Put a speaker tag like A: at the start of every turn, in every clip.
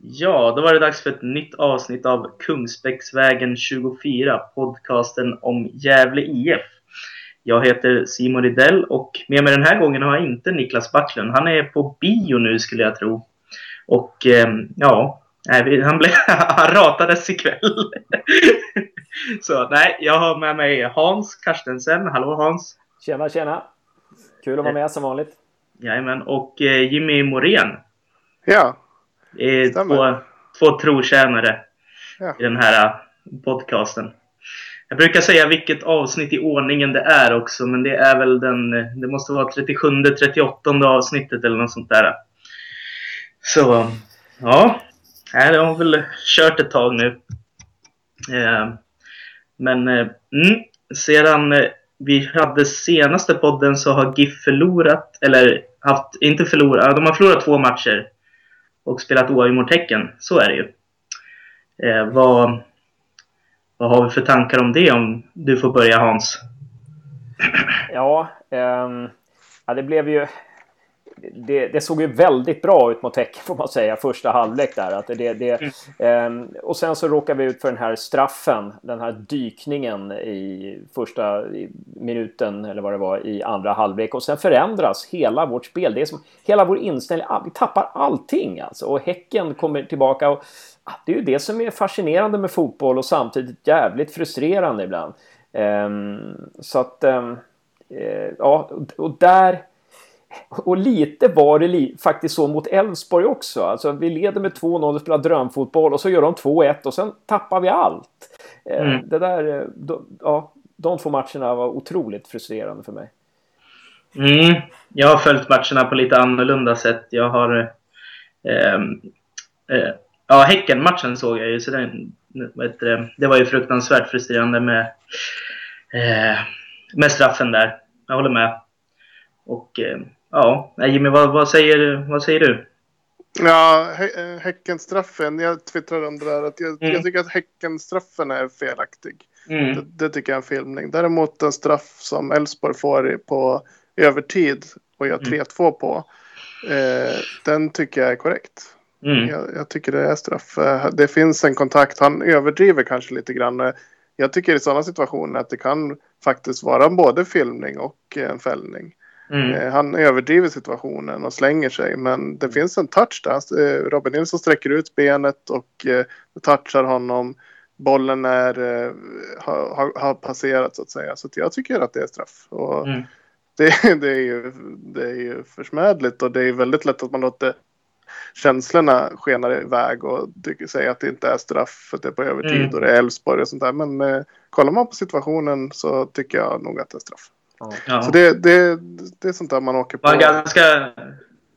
A: Ja, då var det dags för ett nytt avsnitt av Kungsbäcksvägen 24, podcasten om Gävle IF. Jag heter Simon Rydell och med mig den här gången har jag inte Niklas Backlund. Han är på bio nu skulle jag tro. Och han ratades ikväll. Så nej, jag har med mig Hans Karstensen. Hallå Hans.
B: Tjena. Kul att vara med som vanligt.
A: Jajamän, och Jimmy Morén.
C: Ja.
A: Två trotjänare i den här podcasten. Jag brukar säga vilket avsnitt i ordningen det är också, men det är väl det måste vara 37-38 avsnittet eller något sånt där. Så ja, det har väl kört ett tag nu. Sedan vi hade senaste podden så har GIF förlorat, eller de har förlorat 2 matcher och spelat oavgjort mot Häcken. Så är det ju. Vad har vi för tankar om det, om du får börja Hans?
B: Ja, det blev ju... Det såg ju väldigt bra ut mot Häcken får man säga, första halvlek där. Att och sen så råkade vi ut för den här straffen, den här dykningen i första minuten eller vad det var i andra halvlek. Och sen förändras hela vårt spel. Det är som hela vår inställning, vi tappar allting alltså. Och Häcken kommer tillbaka och det är ju det som är fascinerande med fotboll och samtidigt jävligt frustrerande ibland. Och där... Och lite var det faktiskt så mot Elfsborg också. Alltså vi leder med 2-0 och spelar drömfotboll och så gör de 2-1 och sen tappar vi allt. Det där, de 2 matcherna var otroligt frustrerande för mig.
A: Jag har följt matcherna på lite annorlunda sätt. Jag har Häcken-matchen såg jag ju, så det var ju fruktansvärt frustrerande med straffen där. Jag håller med. Och Jimmy, vad säger du?
C: Ja, Häckenstraffen, jag twittrade om det där att jag tycker att Häckenstraffen är felaktig. Det tycker jag är en filmning. Däremot en straff som Elfsborg får på övertid och gör 3-2 på, den tycker jag är korrekt. Jag tycker det är straff. Det finns en kontakt, han överdriver kanske lite grann. Jag tycker i sådana situationer att det kan faktiskt vara både filmning och en fällning. Han överdriver situationen och slänger sig, men det finns en touch där. Robin Nilsson sträcker ut benet och touchar honom. Bollen har passerat så att säga, så att jag tycker att det är straff. Och det är ju försmädligt, och det är väldigt lätt att man låter känslorna skena iväg och säga att det inte är straff för att det är på övertid och det är Elfsborg och sånt där, men kollar man på situationen så tycker jag nog att det är straff. Ja. Så det är sånt där man åker på.
A: Det var en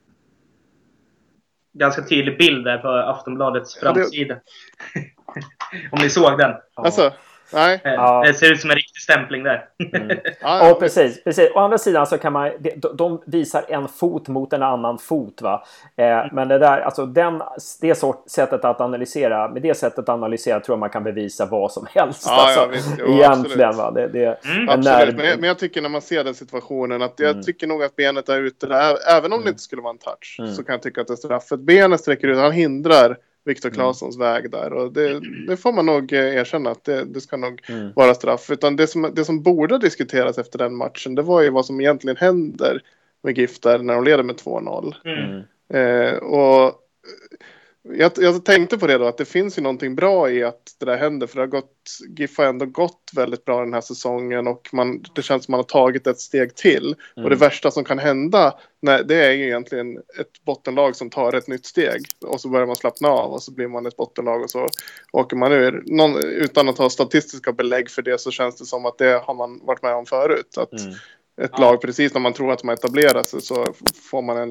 A: ganska tydlig bild där på Aftonbladets framsida. Om ni såg den.
C: Alltså, nej.
A: Det ser ut som en riktig stämpling där.
B: Ja, precis. Å andra sidan så kan man... De visar en fot mot en annan fot, va? Men det där... Alltså det sättet att analysera... Med det sättet att analysera tror jag man kan bevisa vad som helst. Egentligen, va?
C: Absolut. Men jag tycker när man ser den situationen att jag tycker nog att benet är ute där. Även om det inte skulle vara en touch så kan jag tycka att det är straffet. Benet sträcker ut. Han hindrar Viktor Claessons väg där, och det får man nog erkänna att det ska nog vara straff. Utan det som borde diskuteras efter den matchen, det var ju vad som egentligen händer med GIF där när de leder med 2-0. Och jag tänkte på det då, att det finns ju någonting bra i att det där händer, för GIF har ändå gått väldigt bra den här säsongen och det känns som man har tagit ett steg till. Och det värsta som kan hända, det är ju egentligen ett bottenlag som tar ett nytt steg och så börjar man slappna av och så blir man ett bottenlag och så åker man ur. Utan att ha statistiska belägg för det så känns det som att det har man varit med om förut. Att ett lag, precis när man tror att man etablerar sig, så får man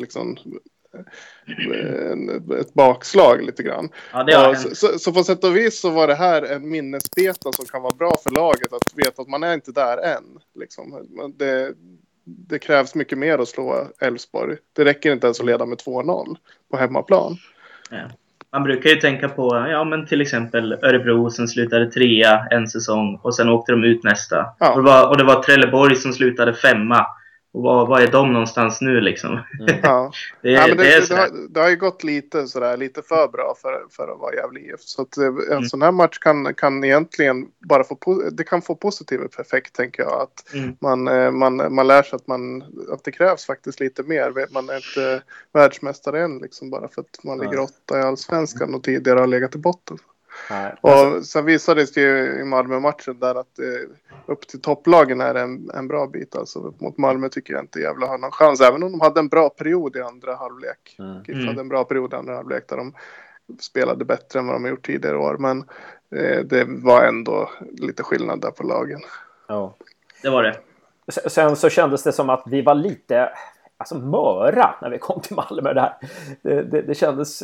C: ett bakslag lite grann. Så på sätt och vis så var det här en minnesbeta som kan vara bra för laget, att veta att man är inte där än liksom. Det krävs mycket mer att slå Elfsborg. Det räcker inte ens att leda med 2-0 på hemmaplan.
A: Man brukar ju tänka på men till exempel Örebro som slutade 3 en säsong och sen åkte de ut nästa. Och det var Trelleborg som slutade 5 Och vad är de någonstans nu liksom?
C: Ja. Det har ju gått lite lite för bra för att vara Gävle IF. Så att en sån här match kan egentligen bara få positiv effekt, tänker jag. Att man lär sig att det krävs faktiskt lite mer. Man är inte världsmästare än liksom, bara för att man ligger 8 i Allsvenskan och tidigare har legat i botten. Nej. Och sen visades det ju i Malmö-matchen där att upp till topplagen är en bra bit. Alltså mot Malmö tycker jag inte Gävle har någon chans. Även om de hade en bra period i andra halvlek. GIF hade en bra period i andra halvlek där de spelade bättre än vad de har gjort tidigare år. Men det var ändå lite skillnad där på lagen.
B: Ja,
A: det var det.
B: Sen så kändes det som att vi var lite möra när vi kom till Malmö där. Det kändes,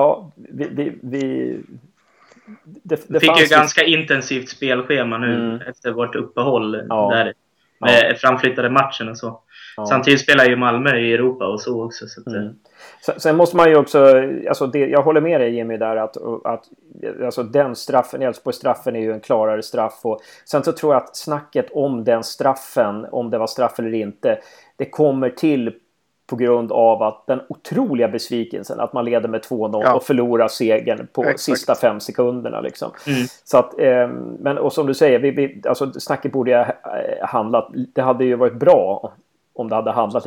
A: det fick ju ganska intensivt spelschema nu efter vårt uppehåll där med framflyttade matchen och så. Samtidigt spelar ju Malmö i Europa och så också. Så att,
B: Sen måste man ju också, jag håller med dig Jimmy där att den straffen, Elfsborg-straffen är ju en klarare straff. Och sen så tror jag att snacket om den straffen, om det var straff eller inte, det kommer till på grund av att den otroliga besvikelsen att man leder med 2-0 och förlorar segern på sista 5 sekunderna liksom. Så att, men och som du säger, snacket borde ha handlat, det hade ju varit bra om det hade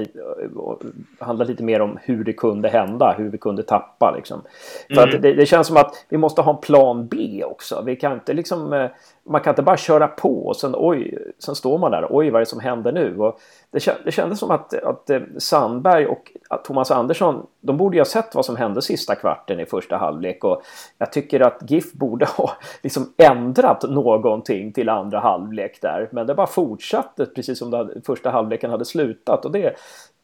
B: handlat lite mer om hur det kunde hända, hur vi kunde tappa liksom. För att det känns som att vi måste ha en plan B också. Vi kan inte liksom, man kan inte bara köra på och sen står man där, vad är det som händer nu? Och det kändes som att Sandberg och Thomas Andersson, de borde ju ha sett vad som hände sista kvarten i första halvlek, och jag tycker att GIF borde ha liksom ändrat någonting till andra halvlek där, men det bara fortsatte precis som första halvleken hade slutat, och det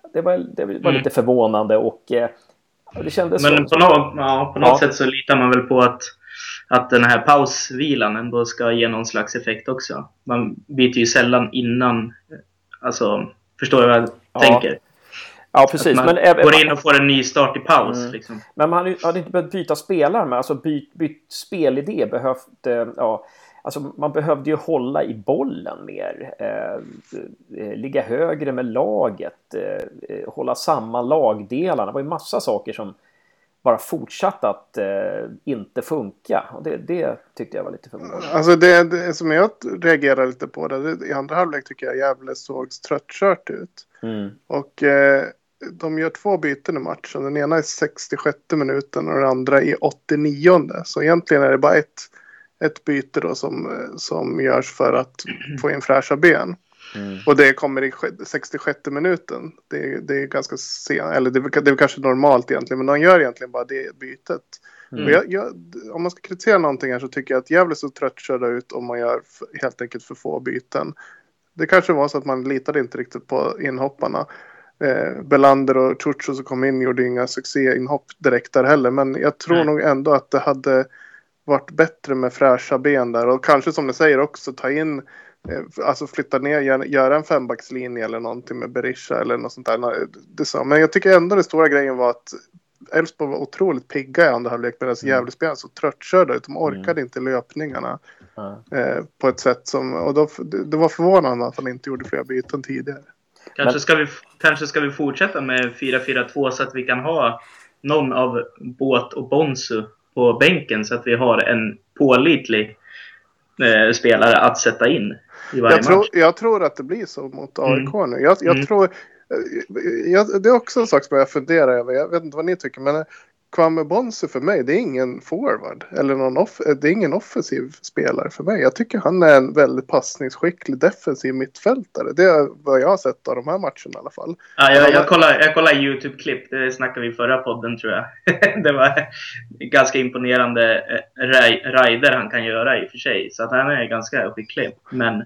B: var lite förvånande, och det kändes
A: men på något sätt så litar man väl på att den här pausvilan ändå ska ge någon slags effekt också. Man byter ju sällan innan, förstår du vad jag tänker?
B: Ja, precis.
A: Man går in och får en ny start i paus. Liksom.
B: Men man hade inte behövt byta spelare, men bytt spelidé behövde, man behövde ju hålla i bollen mer, ligga högre med laget, hålla samman lagdelarna. Det var ju massa saker som bara fortsatt att inte funka. Och det tyckte jag var lite förvånande.
C: Alltså det som jag reagerar lite på det, i andra halvlek tycker jag Gävle såg tröttkört ut. Och de gör 2 byten i matchen. Den ena i 66 minuten och den andra i 89. Så egentligen är det bara ett byte då som görs för att få in fräscha ben. Och det kommer i 66 minuten. Det är ganska sent, eller det är kanske normalt egentligen, men de gör egentligen bara det bytet. Och om man ska kritisera någonting här så tycker jag att Gävle så tröttkörda ut om man gör helt enkelt för få byten. Det kanske var så att man litade inte riktigt på inhopparna. Belander och Chucho som kom in gjorde inga succéinhopp direkt där heller, men jag tror nog ändå att det hade varit bättre med fräscha ben där, och kanske som du säger också ta in, flytta ner, göra en 5-backslinje eller någonting med Berisha eller något sånt där. Men jag tycker ändå den stora grejen var att Elfsborg var otroligt pigga i andra halvlek, medan Gävle spelade så tröttkörda ut. De orkade inte löpningarna på ett sätt som, och det var förvånande att han inte gjorde fler byten tidigare.
A: Kanske ska vi fortsätta med 4-4-2 så att vi kan ha någon av Båt och Bonsu på bänken, så att vi har en pålitlig spelare att sätta in i varje match.
C: Jag tror att det blir så mot AIK nu. Jag tror, det är också en sak som jag funderar över. Jag vet inte vad ni tycker, men Kwame Bonsu för mig, det är ingen forward eller det är ingen offensiv spelare för mig. Jag tycker han är en väldigt passningsskicklig defensiv mittfältare. Det är vad jag har sett av de här matcherna i alla fall.
A: Ja, jag kollar YouTube-klipp, det snackade vi i förra podden tror jag. Det var ganska imponerande rider han kan göra i och för sig, så att han är ganska skicklig. Men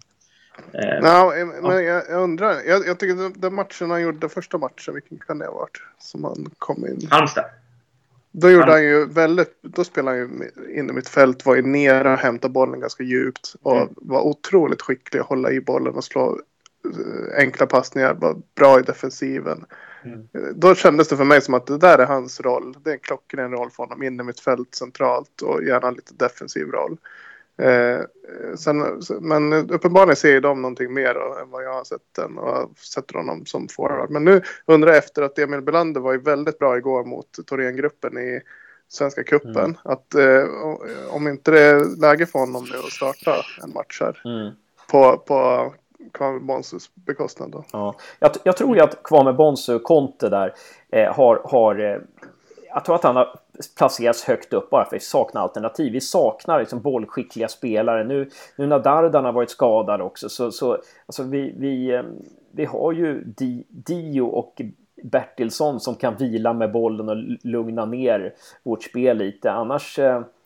C: jag undrar, jag tycker den matchen han gjorde, första matchen, vilken kan det ha varit som han kom in?
A: Halmstad.
C: Då gjorde han ju då spelade han ju in i mitt fält, var ju nere och hämtade bollen ganska djupt och var otroligt skicklig att hålla i bollen och slå enkla passningar, var bra i defensiven. Då kändes det för mig som att det där är hans roll. Det är en klockren roll för honom, in i mitt fält centralt och gärna lite defensiv roll. Men uppenbarligen ser de någonting mer än vad jag har sett den och sätter honom som forward. Men nu undrar jag efter att Emil Belander var ju väldigt bra igår mot Thorengruppen i Svenska cupen. Att om inte det är läge för honom nu att starta en match här på Kwame Bonsus bekostnad då.
B: Ja. Jag tror ju att Kwame Bonsu Conte där har jag tror att han har placerats högt upp bara för att vi saknar alternativ. Vi saknar liksom bollskickliga spelare. Nu när Dardan har varit skadad också så alltså vi har ju Dio och Bertilsson som kan vila med bollen och lugna ner vårt spel lite. Annars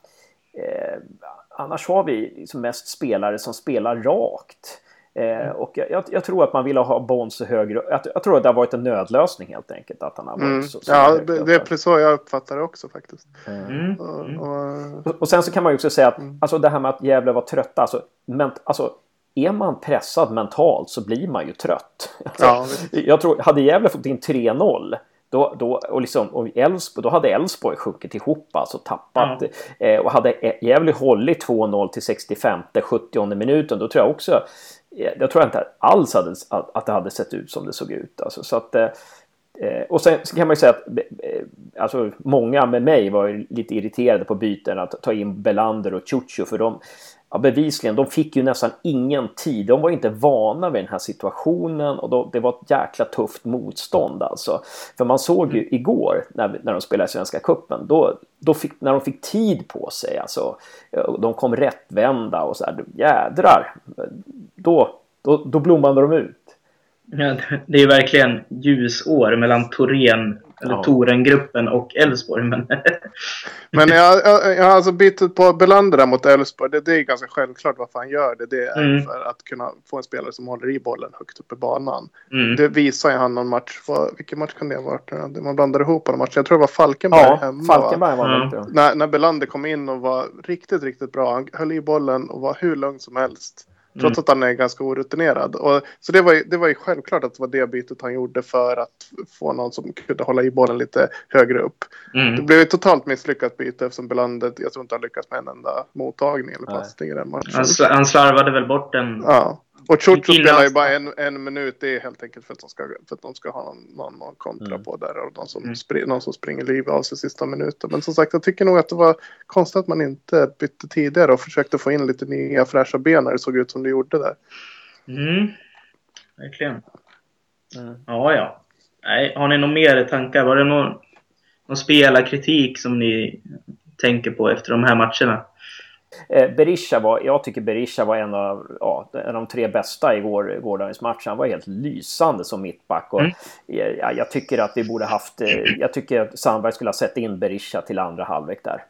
B: har vi liksom mest spelare som spelar rakt. Och jag tror att man vill ha Bonsu högre. Jag tror att det har varit en nödlösning helt enkelt att han har varit så
C: det är precis så jag uppfattar det också faktiskt.
B: Och sen så kan man ju också säga att alltså det här med att Gävle var trötta, alltså är man pressad mentalt så blir man ju trött. Jag tror hade Gävle fått in 3-0 då hade Elfsborg sjunkit ihop, alltså tappat. Och hade Gävle hållit 2-0 till 65-70 minuten, då tror jag också, jag tror inte alls att det hade sett ut som det såg ut. Alltså, så att, och sen kan man ju säga att alltså, många med mig var lite irriterade på byten att ta in Belander och Ciuciu, för bevisligen, de fick ju nästan ingen tid. De var inte vana vid den här situationen och det var ett jäkla tufft motstånd alltså. För man såg ju igår när de spelade i Svenska cupen, när de fick tid på sig alltså, de kom rättvända och så här, jädrar, då blommade de ut.
A: Ja, det är ju verkligen ljusår mellan Thorengruppen och Elfsborg.
C: Men jag alltså bytet på Belander där mot Elfsborg, det är ganska självklart varför han gör det. Det är för att kunna få en spelare som håller i bollen högt upp i banan. Det visar ju han någon match. Vilken match kan det ha varit? Man blandar ihop på en match. Jag tror det var Falkenberg hemma.
B: Falkenberg var
C: när Belander kom in och var riktigt, riktigt bra. Han höll i bollen och var hur lugn som helst. Trots att han är ganska orutinerad. Så det var ju självklart att det var det bytet han gjorde för att få någon som kunde hålla i bollen lite högre upp. Det blev ett totalt misslyckat byte eftersom Belander, jag tror inte han lyckats med en enda mottagning eller passning i den matchen.
A: Han slarvade väl bort den.
C: Ja. Och Ciuciu spelar ju bara en minut. Det är helt enkelt för att de ska ha någon kontra på där. Och någon som springer liv av sig sista minuten. Men som sagt, jag tycker nog att det var konstigt att man inte bytte tidigare. Och försökte få in lite nya fräscha ben när det såg ut som det gjorde där.
A: Verkligen. Ja. Nej, har ni några mer tankar? Var det någon spelarkritik som ni tänker på efter de här matcherna?
B: Jag tycker Berisha var en av de 3 bästa i gårdagens match. Han var helt lysande som mittback och jag tycker att vi borde haft jag tycker att Sandberg skulle ha sett in Berisha till andra halvlek där.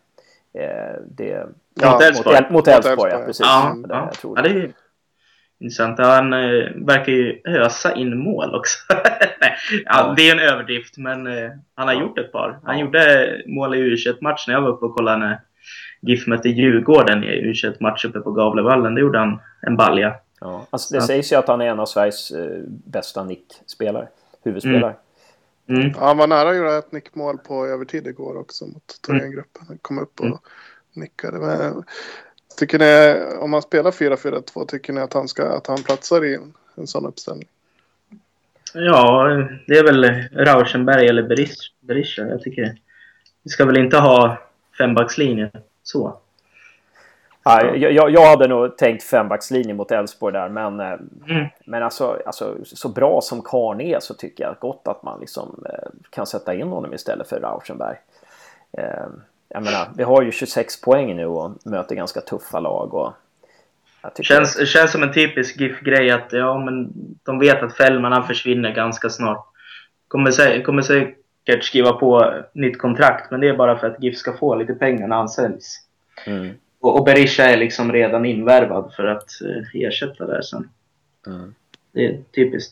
B: Mot Elfsborg, ja, precis.
A: Jag tror det är intressant. Han verkar ju ösa in mål också. Det är en överdrift, men han har gjort ett par. Han gjorde mål i U21-matchen när jag var uppe och kollade när GIF mötte Djurgården i U21-match uppe på Gavlevallen. Det gjorde han en balja.
B: Ja, alltså det sägs ju att han är en av Sveriges bästa nickspelare, huvudspelare.
C: Ja, han var nära att göra ett nickmål på övertid igår också mot Thorengruppen. Han kom upp och nickade. Men tycker ni, om man spelar 4-4-2, tycker ni att han platsar i en sån uppställning?
A: Ja, det är väl Rauschenberg eller Berisha. Jag tycker vi ska väl inte ha 5-backslinje så.
B: Ja, jag hade nog tänkt 5-backslinje mot Elfsborg där, men alltså så bra som Karn är så tycker jag gott att man liksom kan sätta in honom istället för Rauschenberg. Jag menar, vi har ju 26 poäng nu och möter ganska tuffa lag och
A: känns som en typisk GIF-grej att men de vet att Fällman försvinner ganska snart. Kommer säkert skriva på nytt kontrakt, men det är bara för att GIF ska få lite pengar när han säljs. Och Berisha är liksom redan invärvad för att ersätta där sen. Det är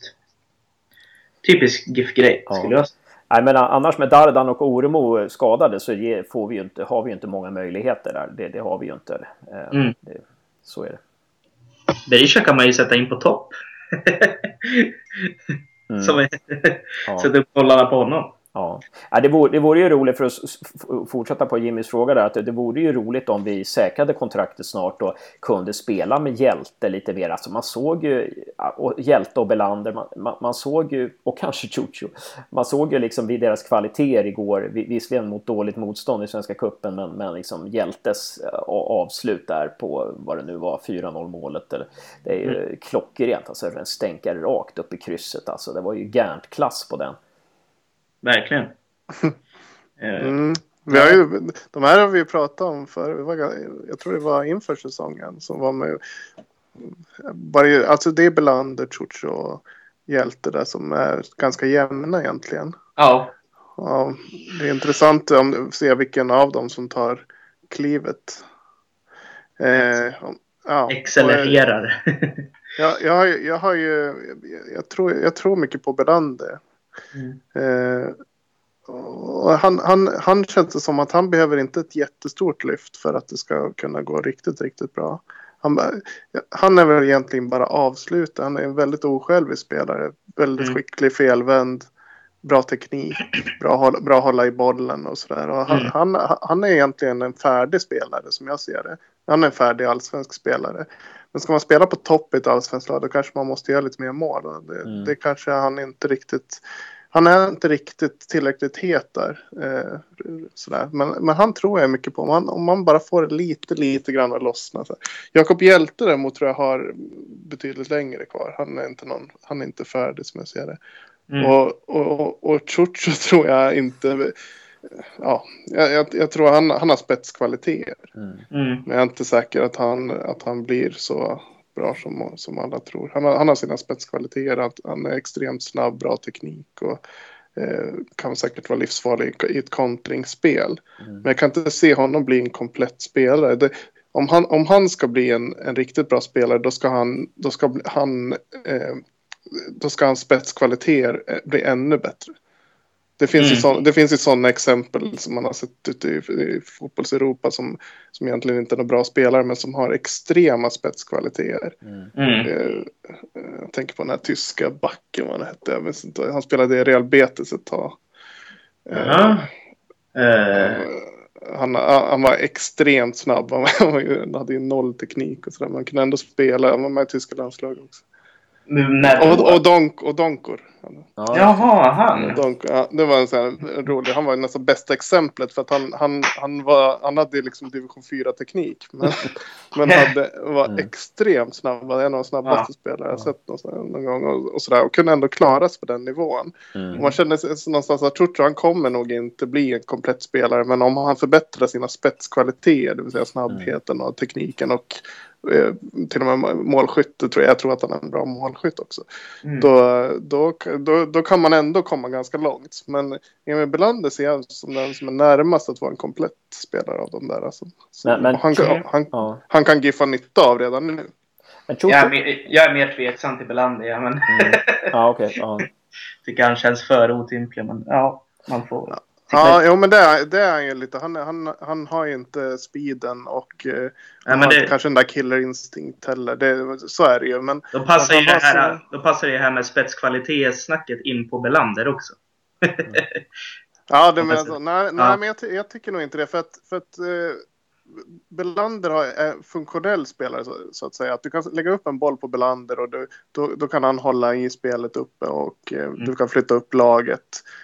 A: typisk GIF-grej skulle jag säga.
B: Nej, men annars med Dardan och Oremo skadade så har vi ju inte många möjligheter där. Det har vi ju inte. Så är det.
A: Berisha kan man ju sätta in på topp. Sätta upp bollarna på honom.
B: Ja, det vore ju roligt, för att fortsätta på Jimmys fråga där, att det vore ju roligt om vi säkrade kontraktet snart och kunde spela med Hjälte lite mer. Alltså man såg ju Hjälte och Belander, man såg ju, och kanske Ciuciu, man såg ju liksom vid deras kvaliteter igår, visserligen mot dåligt motstånd i Svenska cupen, men liksom Hjältes avslut där på vad det nu var, 4-0 målet, det är ju klockrent, alltså den stänkar rakt upp i krysset, alltså det var ju gärnt klass på den.
A: Verkligen.
C: Vi har ju, de här har vi ju pratat om för, jag tror det var inför säsongen som var med, alltså det är Belander, Ciuciu och Hjälte där som är ganska jämna egentligen.
A: Ja.
C: Ja, det är intressant att se vilken av dem som tar klivet.
A: Accelererar.
C: Jag tror mycket på Belander. Och han känns det som att han behöver inte ett jättestort lyft för att det ska kunna gå riktigt, riktigt bra. Han är väl egentligen bara avslutad. Han är en väldigt osjälvisk spelare. Väldigt skicklig, felvänd, bra teknik, bra hålla i bollen och sådär. Och han är egentligen en färdig spelare som jag ser det. Han är en färdig allsvensk spelare. Men ska man spela på topp i ett allsvenskt lag, då kanske man måste göra lite mer mål. Det kanske han inte riktigt... Han är inte riktigt tillräckligt het där. Sådär. Men han tror jag mycket på. Om man bara får lite grann att lossna. Jakob Hjälte däremot tror jag har betydligt längre kvar. Han är inte färdig som jag ser det. Och Ciuciu tror jag inte... Ja, jag tror han har spetskvaliteter. Men jag är inte säker att han blir så bra som alla tror. Han har sina spetskvaliteter. Han är extremt snabb, bra teknik och kan säkert vara livsfarlig i ett kontringsspel. Men jag kan inte se honom bli en komplett spelare. Om han ska bli en riktigt bra spelare, då ska hans spetskvaliteter bli ännu bättre. Det finns ju sådana exempel som man har sett ute i fotbolls-Europa som egentligen inte är några bra spelare, men som har extrema spetskvaliteter. Jag tänker på den här tyska backen, vad han hette. Han spelade i Real Betis ett tag. Han var extremt snabb. Han hade ju noll teknik och sådär. Man kunde ändå spela. Han var med i tyska landslag också. Och Donkor.
A: Jaha, han.
C: Det var en sån här rolig. Han var nästan bästa exemplet för att han hade liksom division 4 teknik, men var extremt snabb, en av de snabbaste spelare jag sett någon gång och sådär, och kunde ändå klaras på den nivån. Och man kände någonstans att Ciuciu, han kommer nog inte bli en komplett spelare, men om han förbättrar sina spetskvaliteter, det vill säga snabbheten och tekniken och till och med målskytte, jag tror att han är en bra målskytt också. Då kan man ändå komma ganska långt. Men Emil Belander ser jag som den som är närmast att vara en komplett spelare av de där. Alltså. Han kan giffa nytta av redan nu.
A: Jag är mer tveksam till Belander, men tycker han känns för otymplig, men man får...
C: Men det är han ju lite. Han har ju inte speeden och kanske den där killerinstinkt heller. Så är det ju. Men
A: då passar det här med spetskvalitetssnacket in på Belander också.
C: Men jag tycker nog inte det. För att Belander är funktionell spelare så att säga. Att du kan lägga upp en boll på Belander och då kan han hålla i spelet uppe och du kan flytta upp laget.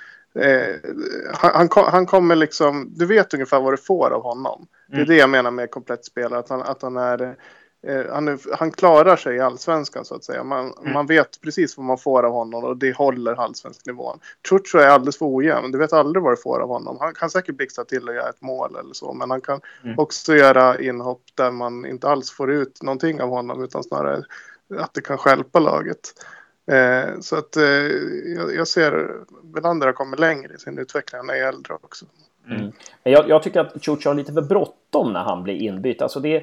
C: Han kommer liksom, du vet ungefär vad du får av honom. Det är det jag menar med komplett spelare, att han klarar sig i allsvenskan så att säga. Man vet precis vad man får av honom och det håller allsvensk nivån. Ciuciu är alldeles för ojämn. Du vet aldrig vad du får av honom. Han kan säkert blixtra till och göra ett mål eller så, men han kan också göra inhopp där man inte alls får ut någonting av honom, utan snarare att det kan stjälpa laget. Så att jag ser Belander har kommit längre i sin utveckling. Han är äldre också.
B: Jag tycker att Ciuciu har lite för bråttom när han blir inbytt. Alltså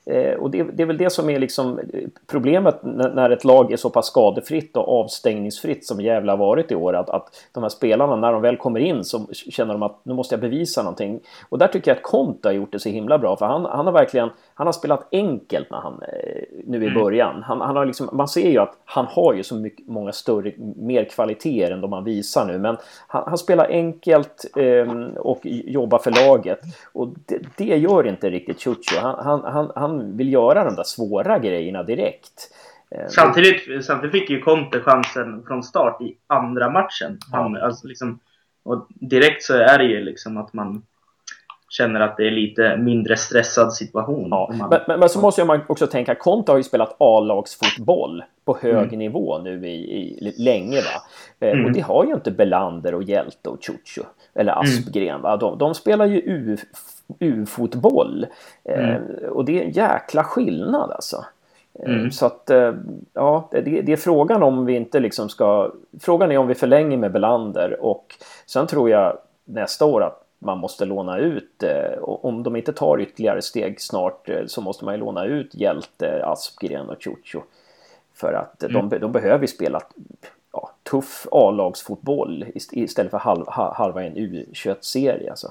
B: Och det är väl det som är liksom problemet när ett lag är så pass skadefritt och avstängningsfritt som Gävle har varit i år, att de här spelarna när de väl kommer in så känner de att nu måste jag bevisa någonting. Och där tycker jag att Konta har gjort det så himla bra, för han har verkligen spelat enkelt när han nu i början. Han har liksom, man ser ju att han har ju så många större, mer kvaliteter än de han visar nu, men han spelar enkelt och jobbar för laget, och det gör inte riktigt Ciuciu. Han vill göra de där svåra grejerna direkt.
A: Samtidigt fick ju Conte chansen från start i andra matchen. Alltså liksom, och direkt så är det ju liksom att man känner att det är lite mindre stressad situation.
B: Ja. Men så måste man också tänka, Conte har ju spelat A-lagsfotboll på hög nivå nu i länge, va? Och det har ju inte Belander och Hjälte och Ciuciu eller Aspgren, va? De spelar ju U-fotboll. Och det är en jäkla skillnad alltså. Så att ja, det är frågan om vi inte liksom frågan är om vi förlänger med Belander, och sen tror jag nästa år att man måste låna ut, om de inte tar ytterligare steg snart, så måste man ju låna ut Hjälte, Aspgren och Ciuciu, för att de behöver spela tuff A-lagsfotboll istället för halva en U21-serie alltså.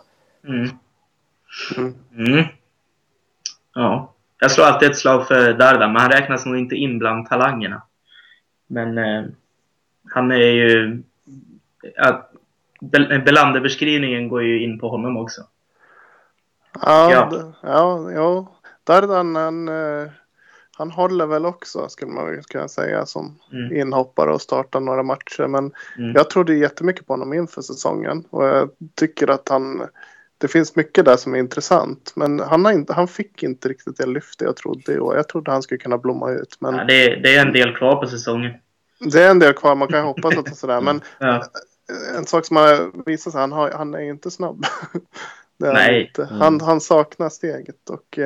A: Ja, jag slår alltid ett slag för Dardan, men han räknas nog inte in bland talangerna. Men han är ju... Belander-beskrivningen går ju in på honom också.
C: Ja. Dardan, han håller väl också, skulle man kunna säga, som inhoppare och startar några matcher. Men jag trodde jättemycket på honom inför säsongen. Och jag tycker att det finns mycket där som är intressant. Men han fick inte riktigt det lyfte jag trodde. Och jag trodde han skulle kunna blomma ut. Men
A: ja, det är en del kvar på säsongen.
C: Det är en del kvar, man kan hoppas att det är sådär. Men en sak som har visat sig, han är inte snabb. Det är
A: Nej.
C: inte. Han saknar steget. Och,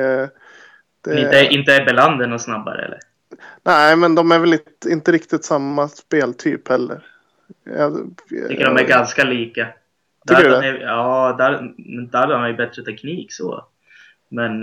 A: inte är Belander någon snabbare, eller?
C: Nej, men de är väl inte riktigt samma speltyp heller.
A: Jag tycker de är ganska lika.
C: Tycker du det?
A: Dardan har ju bättre teknik så. Men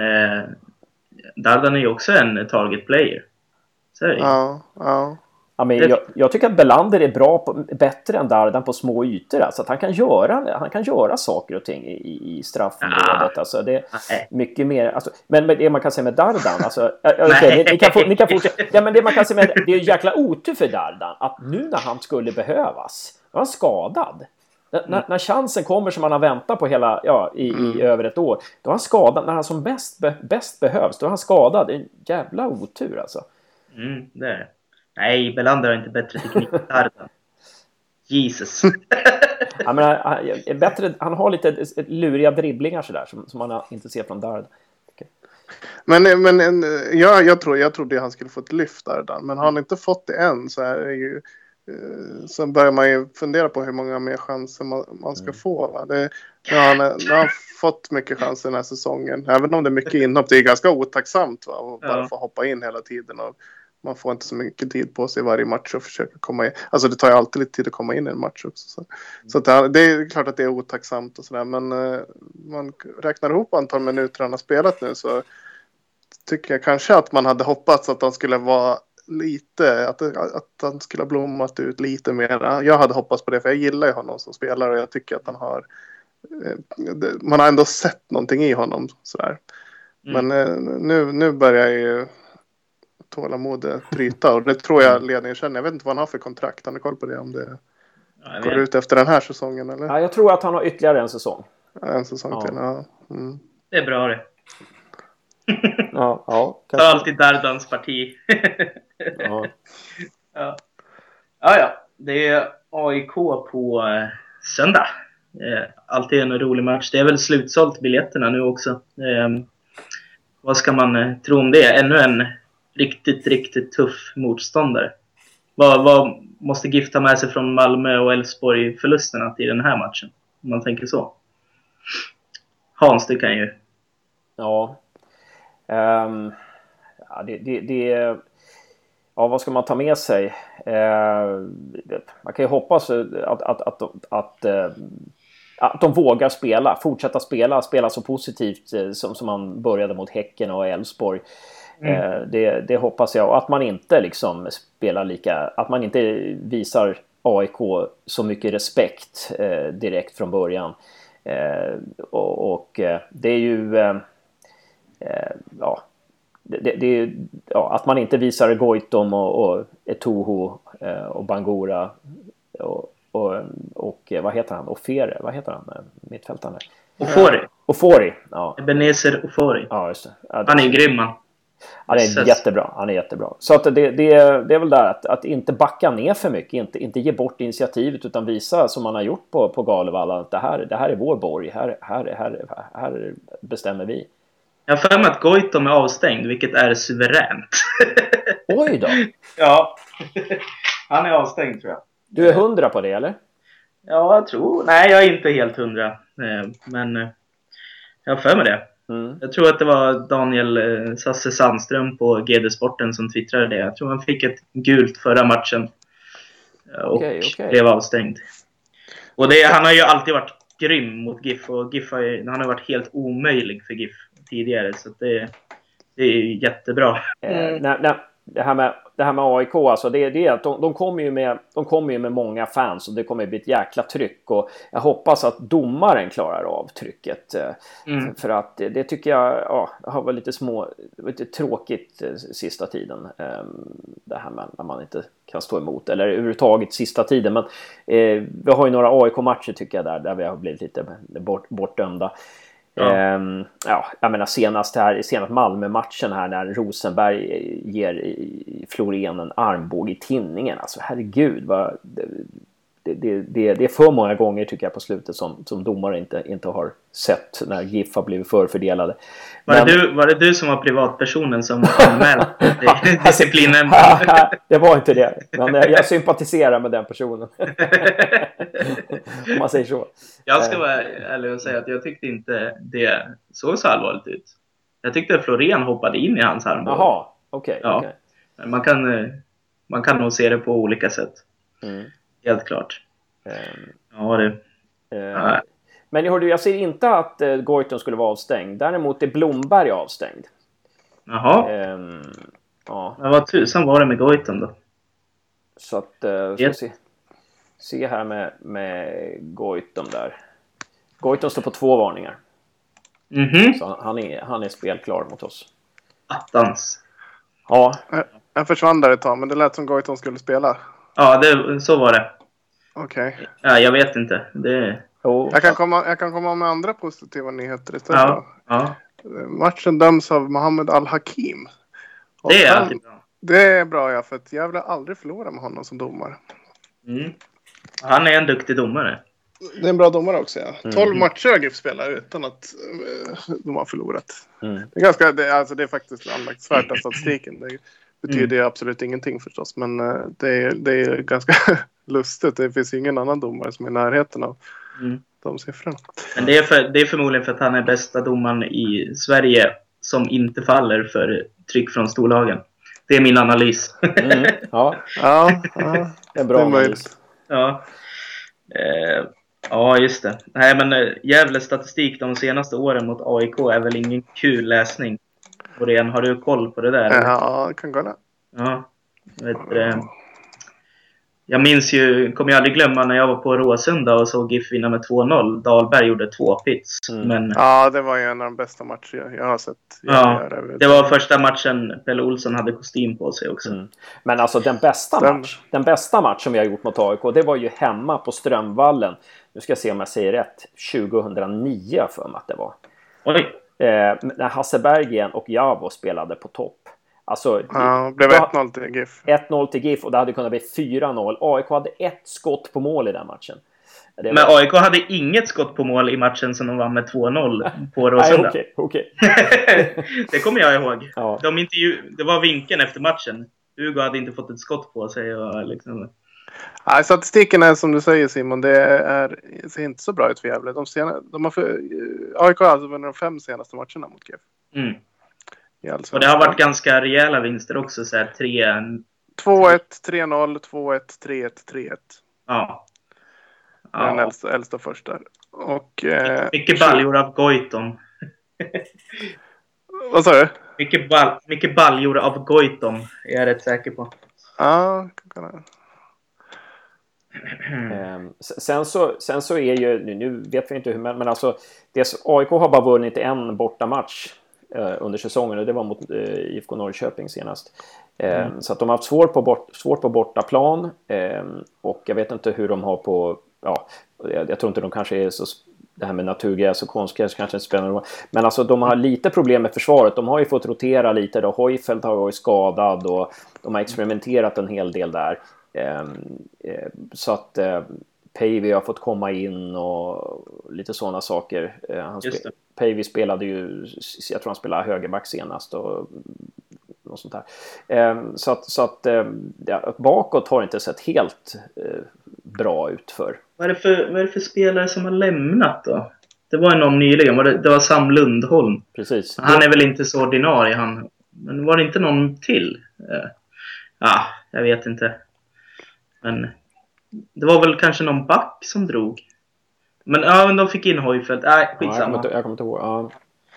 A: Dardan är ju också en target player. Så är det.
C: Ja.
B: Ja, men jag tycker att Belander är bättre än Dardan på små ytor. Alltså att han kan göra saker och ting i straffområdet. Alltså det är mycket mer. Alltså, men det man kan säga med Dardan. Alltså, ni kan fortsätta. Ja, men det man kan säga med, det är ju jäkla otur för Dardan. Att nu när han skulle behövas, var han skadad. När chansen kommer som man har väntat på i över ett år, då är han skadad. När han som bäst behövs, då är han skadad. Det är en jävla otur alltså.
A: Det är det. Nej, Belander har inte bättre teknik än Dardan. Jesus.
B: Ja, men han har lite luriga dribblingar sådär som man inte ser från Dardan. Okay.
C: Men jag trodde han skulle få ett lyft Dardan, men har han inte fått det än, så är det ju, så börjar man ju fundera på hur många mer chanser man ska få. Va? Han har fått mycket chanser den här säsongen, även om det är mycket inhopp. Det är ganska otacksamt, va? Och bara få hoppa in hela tiden, och man får inte så mycket tid på sig i varje match och försöka komma in. Alltså det tar ju alltid lite tid att komma in i en match också. Så det är klart att det är otacksamt och sådär. Men man räknar ihop antal minuter han har spelat nu, så tycker jag kanske att man hade hoppats att han skulle vara lite, att han skulle ha blommat ut lite mer. Jag hade hoppats på det, för jag gillar ju honom som spelare, och jag tycker att han har, man har ändå sett någonting i honom sådär. Men nu börjar ju tålamodet bryta, och det tror jag ledningen känner. Jag vet inte vad han har för kontrakt. Han har koll på det, om det går ut efter den här säsongen, eller?
B: Ja, jag tror att han har ytterligare en säsong.
C: En säsong till, ja.
A: Det är bra det.
B: Ja.
A: Tar alltid Dardans parti. Ja. Det är AIK på söndag. Alltid en rolig match. Det är väl slutsålt biljetterna nu också. Vad ska man tro om det? Ännu en riktigt, riktigt tuff motståndare. Vad måste GIF ta med sig från Malmö och Elfsborg förlusterna till den här matchen? Om man tänker så. Hans, det kan ju.
B: Ja. Vad ska man ta med sig? Man kan ju hoppas att de vågar fortsätta spela så positivt som man började mot Häcken och Elfsborg. Det hoppas jag. Och att man inte liksom spelar att man inte visar AIK så mycket respekt direkt från början. Och det är ju att man inte visar Goitom och Eto'o och Bangura och vad heter han? Ofere, vad heter han? Mittfältaren där. Ofori. Ja.
A: Ebenezer Ofori.
B: Ja, just det.
A: Han är grym, man.
B: Han är jättebra. Så att det är väl där att inte backa ner för mycket, inte ge bort initiativet, utan visa som man har gjort på Galevalla att det här är vår borg, här bestämmer vi.
A: Jag har för mig att Goitom är avstängd, vilket är suveränt.
B: Oj då.
A: Ja. Han är avstängd, tror jag.
B: Du är 100 på det, eller?
A: Ja, jag tror. Nej, jag är inte helt 100. Men jag har för mig det. Jag tror att det var Daniel Sasse Sandström på GD-sporten som twittrade det. Jag tror han fick ett gult förra matchen. Och blev avstängd. Och han har ju alltid varit grym mot GIF. Och GIF han har varit helt omöjlig för GIF tidigare. Så det är jättebra. Det här med AIK, alltså det är att de kommer ju med många fans och det kommer bli ett jäkla tryck, och jag hoppas att domaren klarar av trycket. För att det tycker jag har varit lite tråkigt sista tiden, det här med när man inte kan stå emot, eller överhuvudtaget sista tiden. Men vi har ju några AIK-matcher tycker jag där vi har blivit lite bortdömda. Jag menar senast Malmö-matchen här när Rosenberg ger Florén en armbåge i tinningen. Alltså herregud, det är för många gånger tycker jag på slutet som domare inte har sett när GIF har blivit förfördelade. Var det du som var privatpersonen som anmälde disciplinen?
B: Det var inte det. Men jag sympatiserar med den personen. Om man säger så.
A: Jag ska vara ärlig och säga att jag tyckte inte det såg så allvarligt ut. Jag tyckte att Florén hoppade in i hans armbåge.
B: Jaha, okej.
A: Man kan nog se det på olika sätt. Helt klart.
B: Men jag ser inte att Goitom skulle vara avstängd. Däremot är Blomberg avstängd.
A: Jaha. Men vad tusan var det med Goitom då?
B: Så att se här med Goitom där. Goitom står på 2 varningar. Så han är spelklar mot oss.
A: Attans.
B: Ja.
C: Jag försvann där ett tag, men det lät som Goitom skulle spela.
A: Ja, så var det.
C: Okej.
A: Ja, jag vet inte.
C: Jag kan komma med andra positiva nyheter istället. Ja. Matchen döms av Mohammed Al-Hakim.
A: Det är alltid bra.
C: Det är bra, för att jag vill aldrig förlora med honom som domare.
A: Han är en duktig domare.
C: Det är en bra domare också, ja. 12 matcher har GIF spelat utan att de har förlorat. Det är faktiskt anmärkningsvärt av statistiken. Det betyder absolut ingenting förstås, men det är ganska lustigt. Det finns ingen annan domare som är i närheten av de siffrorna. Men
A: det är förmodligen för att han är bästa domaren i Sverige som inte faller för tryck från storlagen. Det är min analys.
B: Ja, en bra analys.
A: Ja, just det. Nej, men jävla statistik de senaste åren mot AIK är väl ingen kul läsning. Orion, har du koll på det där?
C: Ja, jag kan kolla.
A: Ja, jag minns ju, kommer jag aldrig glömma när jag var på Råsunda och såg GIF vinna med 2-0. Dahlberg gjorde 2 pits. Men...
C: Ja, det var ju en av de bästa matcher jag har sett.
A: Det var första matchen Pelle Olsson hade kostym på sig också.
B: Men alltså den bästa match som vi har gjort mot AIK, det var ju hemma på Strömvallen. Nu ska jag se om jag säger rätt. 2009 för mig att det var.
A: Oj.
B: När Hasse Berggren och Javo spelade på topp. Alltså,
C: blev 1-0 till GIF.
B: 1-0 till GIF och det hade kunnat bli 4-0. AIK hade 1 skott på mål i den matchen.
A: Men AIK hade inget skott på mål i matchen som de vann med 2-0 på Råsunda.
B: Okej.
A: Det kommer jag ihåg.
B: Ja.
A: Det var vinkeln efter matchen. Hugo hade inte fått ett skott på sig. Och liksom...
C: Statistiken är som du säger, Simon. Det ser inte så bra ut för Gävle. AIK har alltså vunnit de 5 senaste matcherna mot GIF.
A: Och det har varit ganska rejäla vinster också. 2-1,
C: 3-0, 2-1, 3-1, 3-1.
A: Ja.
C: Den äldsta först där. Och,
A: mycket baljor av Goitom.
C: Vad sa du?
A: Mycket baljor av Goitom är jag rätt säker på.
C: Ja, kan jag.
B: Sen så är ju, nu vet vi inte hur, men alltså AIK har bara vunnit en bortamatch under säsongen, och det var mot IFK Norrköping senast. Så att de har haft svårt på bortaplan, och jag vet inte hur de har på, jag tror inte de kanske är så, det här med naturgräs och konstgräs kanske inte spelar någon. Men alltså de har lite problem med försvaret. De har ju fått rotera lite då. Hoifeld har varit skadad och de har experimenterat en hel del där. Så att Päivi har fått komma in och lite sådana saker. Päivi spelade ju, jag tror han spelade högerback senast och något sånt där. Så att bakåt har det inte sett helt bra ut för.
A: Vad är det för spelare som har lämnat då? Det var någon nyligen, det var Sam Lundholm.
B: Precis.
A: Han är väl inte så ordinarie han, men var det inte någon till? Jag vet inte. Men det var väl kanske någon back som drog. Men de fick in Hoifeld. Skitsamma.
B: Jag kommer inte ihåg.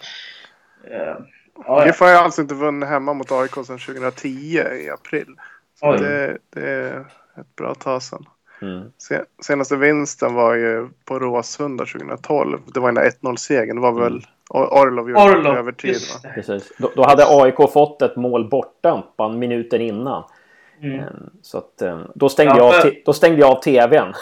C: GIF har ju alltså inte vunnit hemma mot AIK sedan 2010 i april. Så det är ett bra tag sedan. Senaste vinsten var ju på Råsunda 2012. Det var den där 1-0-segern. Det var väl Orlov gjorde över tid.
B: Precis. Då hade AIK fått ett mål borta minuten innan. Så att då stängde jag av tvn.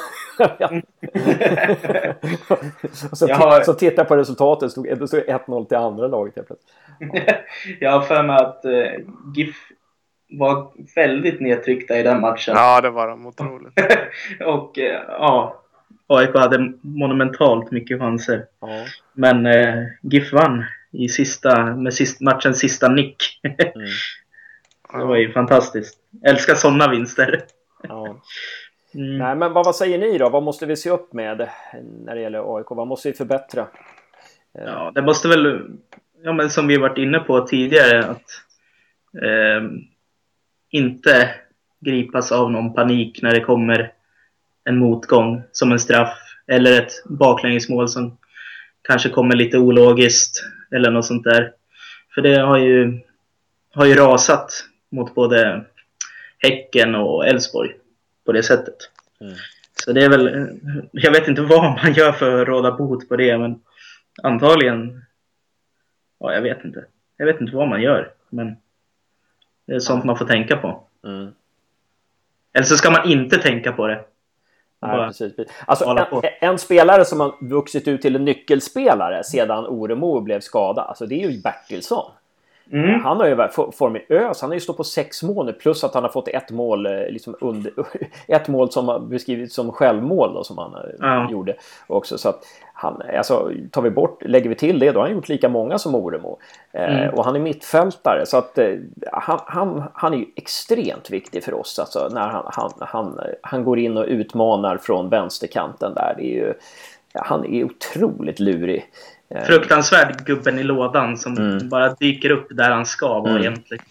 B: Så tittade jag på resultatet, det stod 1-0 till andra laget helt plötsligt.
A: Jag har för mig att GIF var väldigt nedtryckta i den matchen.
C: Ja, det var de otroligt.
A: Och AIK hade monumentalt mycket chanser.
B: Ja.
A: Men GIF vann med matchens sista nick. Det var ju fantastiskt. Älskar sådana vinster.
B: Ja. Nej, men vad säger ni då? Vad måste vi se upp med när det gäller AIK? Vad måste vi förbättra?
A: Ja, det måste väl, men som vi varit inne på tidigare, att inte gripas av någon panik när det kommer en motgång som en straff eller ett baklängesmål som kanske kommer lite ologiskt eller något sånt där. För det har ju rasat mot både Häcken och Elfsborg på det sättet. Så det är väl, jag vet inte vad man gör för att råda bot på det, men antagligen, jag vet inte vad man gör, men det är sånt man får tänka på. Eller så ska man inte tänka på det.
B: Nej, precis. Alltså en spelare som har vuxit ut till en nyckelspelare sedan Oremo blev skadad, alltså det är ju Bertilsson. Han har ju formen ös. Han har ju stått på 6 mål nu, plus att han har fått ett mål liksom ett mål som har beskrivits som självmål då, som han gjorde också. Så att han, alltså, lägger vi till det, då har han gjort lika många som Oremo. Och han är mittfältare, så att han är ju extremt viktig för oss, alltså, när han går in och utmanar från vänsterkanten där. Det är ju, han är otroligt lurig.
A: Fruktansvärd gubben i lådan som bara dyker upp där han ska vara egentligen.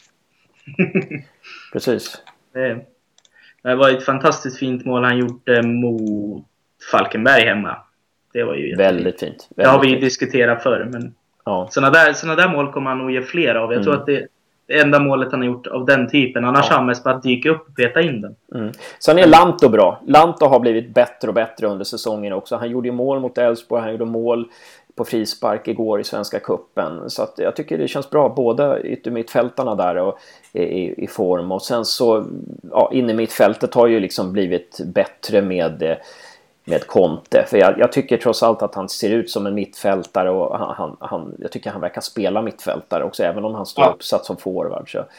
B: Precis.
A: Det var ett fantastiskt fint mål han gjorde mot Falkenberg hemma. Det var ju
B: väldigt fint.
A: Det har vi ju diskuterat förr, men såna där mål kommer han nog ge fler av. Jag tror att det enda målet han har gjort av den typen. Annars har han mest bara dyka upp och peta in den.
B: Sen är Lanto bra. Lanto har blivit bättre och bättre under säsongen också. Han gjorde ju mål mot Elfsborg. Han gjorde mål på frispark igår i Svenska cupen. Så att jag tycker det känns bra. Båda yttermittfältarna där och i form. Och sen så inne i mittfältet har ju liksom blivit bättre med Conte. För jag tycker trots allt att han ser ut som en mittfältare, och jag tycker han verkar spela mittfältare också, även om han står uppsatt som forward. Så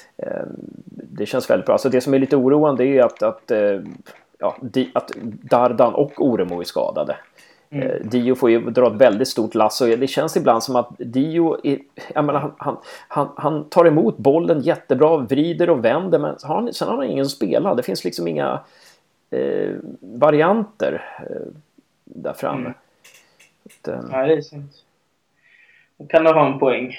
B: det känns väldigt bra. Så det som är lite oroande är att Dardan och Oremo är skadade. Dio får ju dra ett väldigt stort lass, och det känns ibland som att Dio han tar emot bollen jättebra, vrider och vänder, men sen har han ingen att spela. Det finns liksom inga varianter där framme.
A: Nej, det är sant. Då kan du ha en poäng.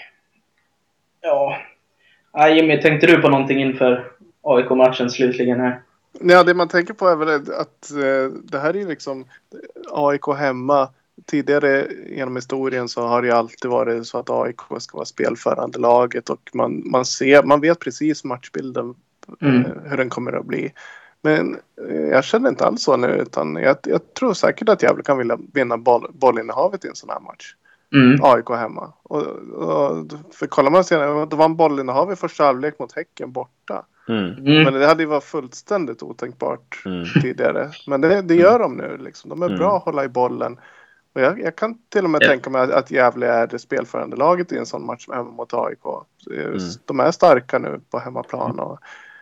A: Jimmy, tänkte du på någonting inför AIK-matchen slutligen här?
C: Ja, det man tänker på är väl att det här är liksom AIK hemma tidigare genom historien så har det alltid varit så att AIK ska vara spelförande laget och man vet precis matchbilden hur den kommer att bli. Men jag känner inte alls så nu, utan jag tror säkert att Gävle kan vilja vinna bollinnehavet i en sån här match. AIK hemma. Och för kollar man senare, det var en bollinnehav i första halvlek mot Häcken borta. Men det hade ju varit fullständigt otänkbart tidigare. Men det gör de nu liksom. De är bra att hålla i bollen. Och jag kan till och med tänka mig att Gävle är det spelförande laget i en sån match hemma mot AIK. De är starka nu på hemmaplan. Och,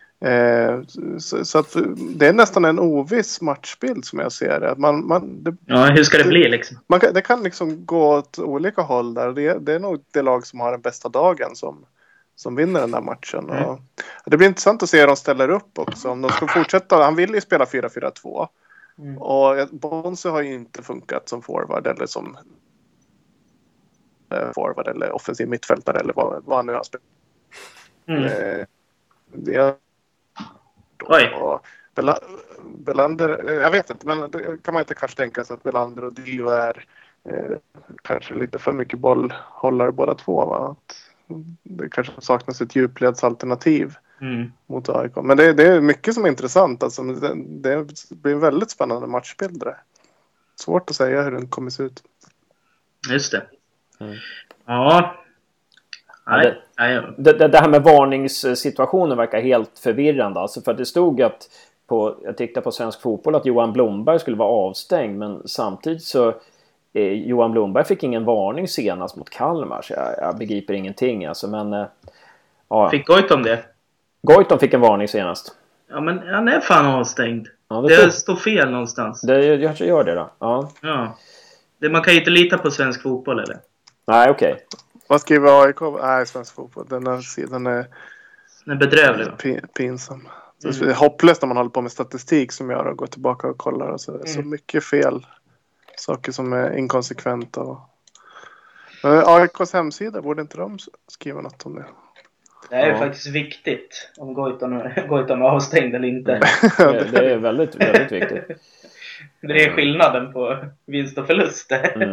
C: så att det är nästan en oviss matchbild som jag ser det.
A: Hur ska det bli liksom?
C: Det kan liksom gå åt olika håll där. Det är nog det lag som har den bästa dagen som vinner den där matchen. Och det blir intressant att se hur de ställer upp också. Om de ska fortsätta. Han vill ju spela 4-4-2. Och Bonse har ju inte funkat som forward eller som forward eller offensiv mittfältare eller vad han nu har spelat. Belander, jag vet inte, men kan man inte kanske tänka sig att Belander och Dio är kanske lite för mycket bollhållare båda två, va? Att det kanske saknas ett djupledsalternativ mot AIK. Men det är mycket som är intressant. Alltså, det blir en väldigt spännande matchbild där. Svårt att säga hur den kommer se ut.
A: Just det. Ja.
B: Det här med varningssituationen verkar helt förvirrande. Alltså för att det stod att jag tittade på Svensk Fotboll att Johan Blomberg skulle vara avstängd. Men samtidigt så Johan Blomberg fick ingen varning senast mot Kalmar. Så jag begriper ingenting. Alltså, men,
A: Fick Goitom det?
B: Goitom fick en varning senast.
A: Ja, men han är fan avstängd. Ja, det står fel någonstans.
B: Det kanske gör det då. Ja.
A: Man kan ju inte lita på Svensk Fotboll, eller?
B: Nej, okej.
C: Vad skriver AIK? Nej, Svensk Fotboll. Den är
A: bedrövlig.
C: Pinsam. Det är hopplöst när man håller på med statistik som gör och går tillbaka och kollar. Och så mycket fel. Saker som är inkonsekventa. Men AIKs hemsida, borde inte de skriva något om det?
A: Det är ju faktiskt viktigt om Goitom är avstängd eller inte.
B: Det är väldigt, väldigt viktigt.
A: Det är skillnaden på vinst och förlust.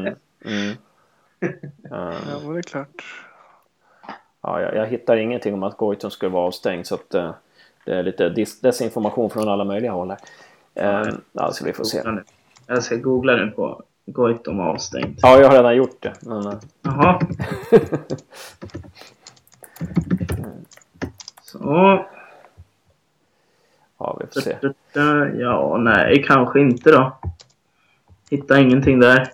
C: Ja, det är klart.
B: Ja, jag hittar ingenting om att Goitom skulle vara avstängd, så att det är lite desinformation från alla möjliga håll här. Alltså vi får se.
A: Jag ska googla nu på Goitom avstängd.
B: Ja, jag har redan gjort det. Men...
A: Jaha. Så.
B: Ja, vi får se.
A: Ja, nej, kanske inte då. Hittar ingenting där.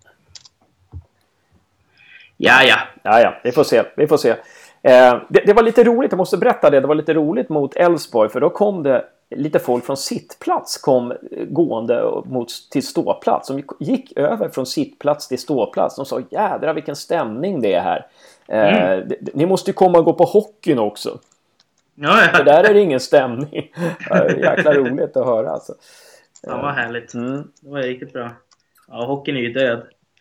A: Ja,
B: vi får se. Det var lite roligt, jag måste berätta det. Det var lite roligt mot Elfsborg, för då kom det lite folk från sittplats gående till ståplats. De gick över från sittplats till ståplats. De sa, jädrar vilken stämning det är här. Ni måste ju komma och gå på hockeyn också.
A: Ja.
B: För där är det ingen stämning. Jäkla roligt att höra alltså.
A: Ja, vad härligt. Det var riktigt bra. Ja, hockeyn är ju död.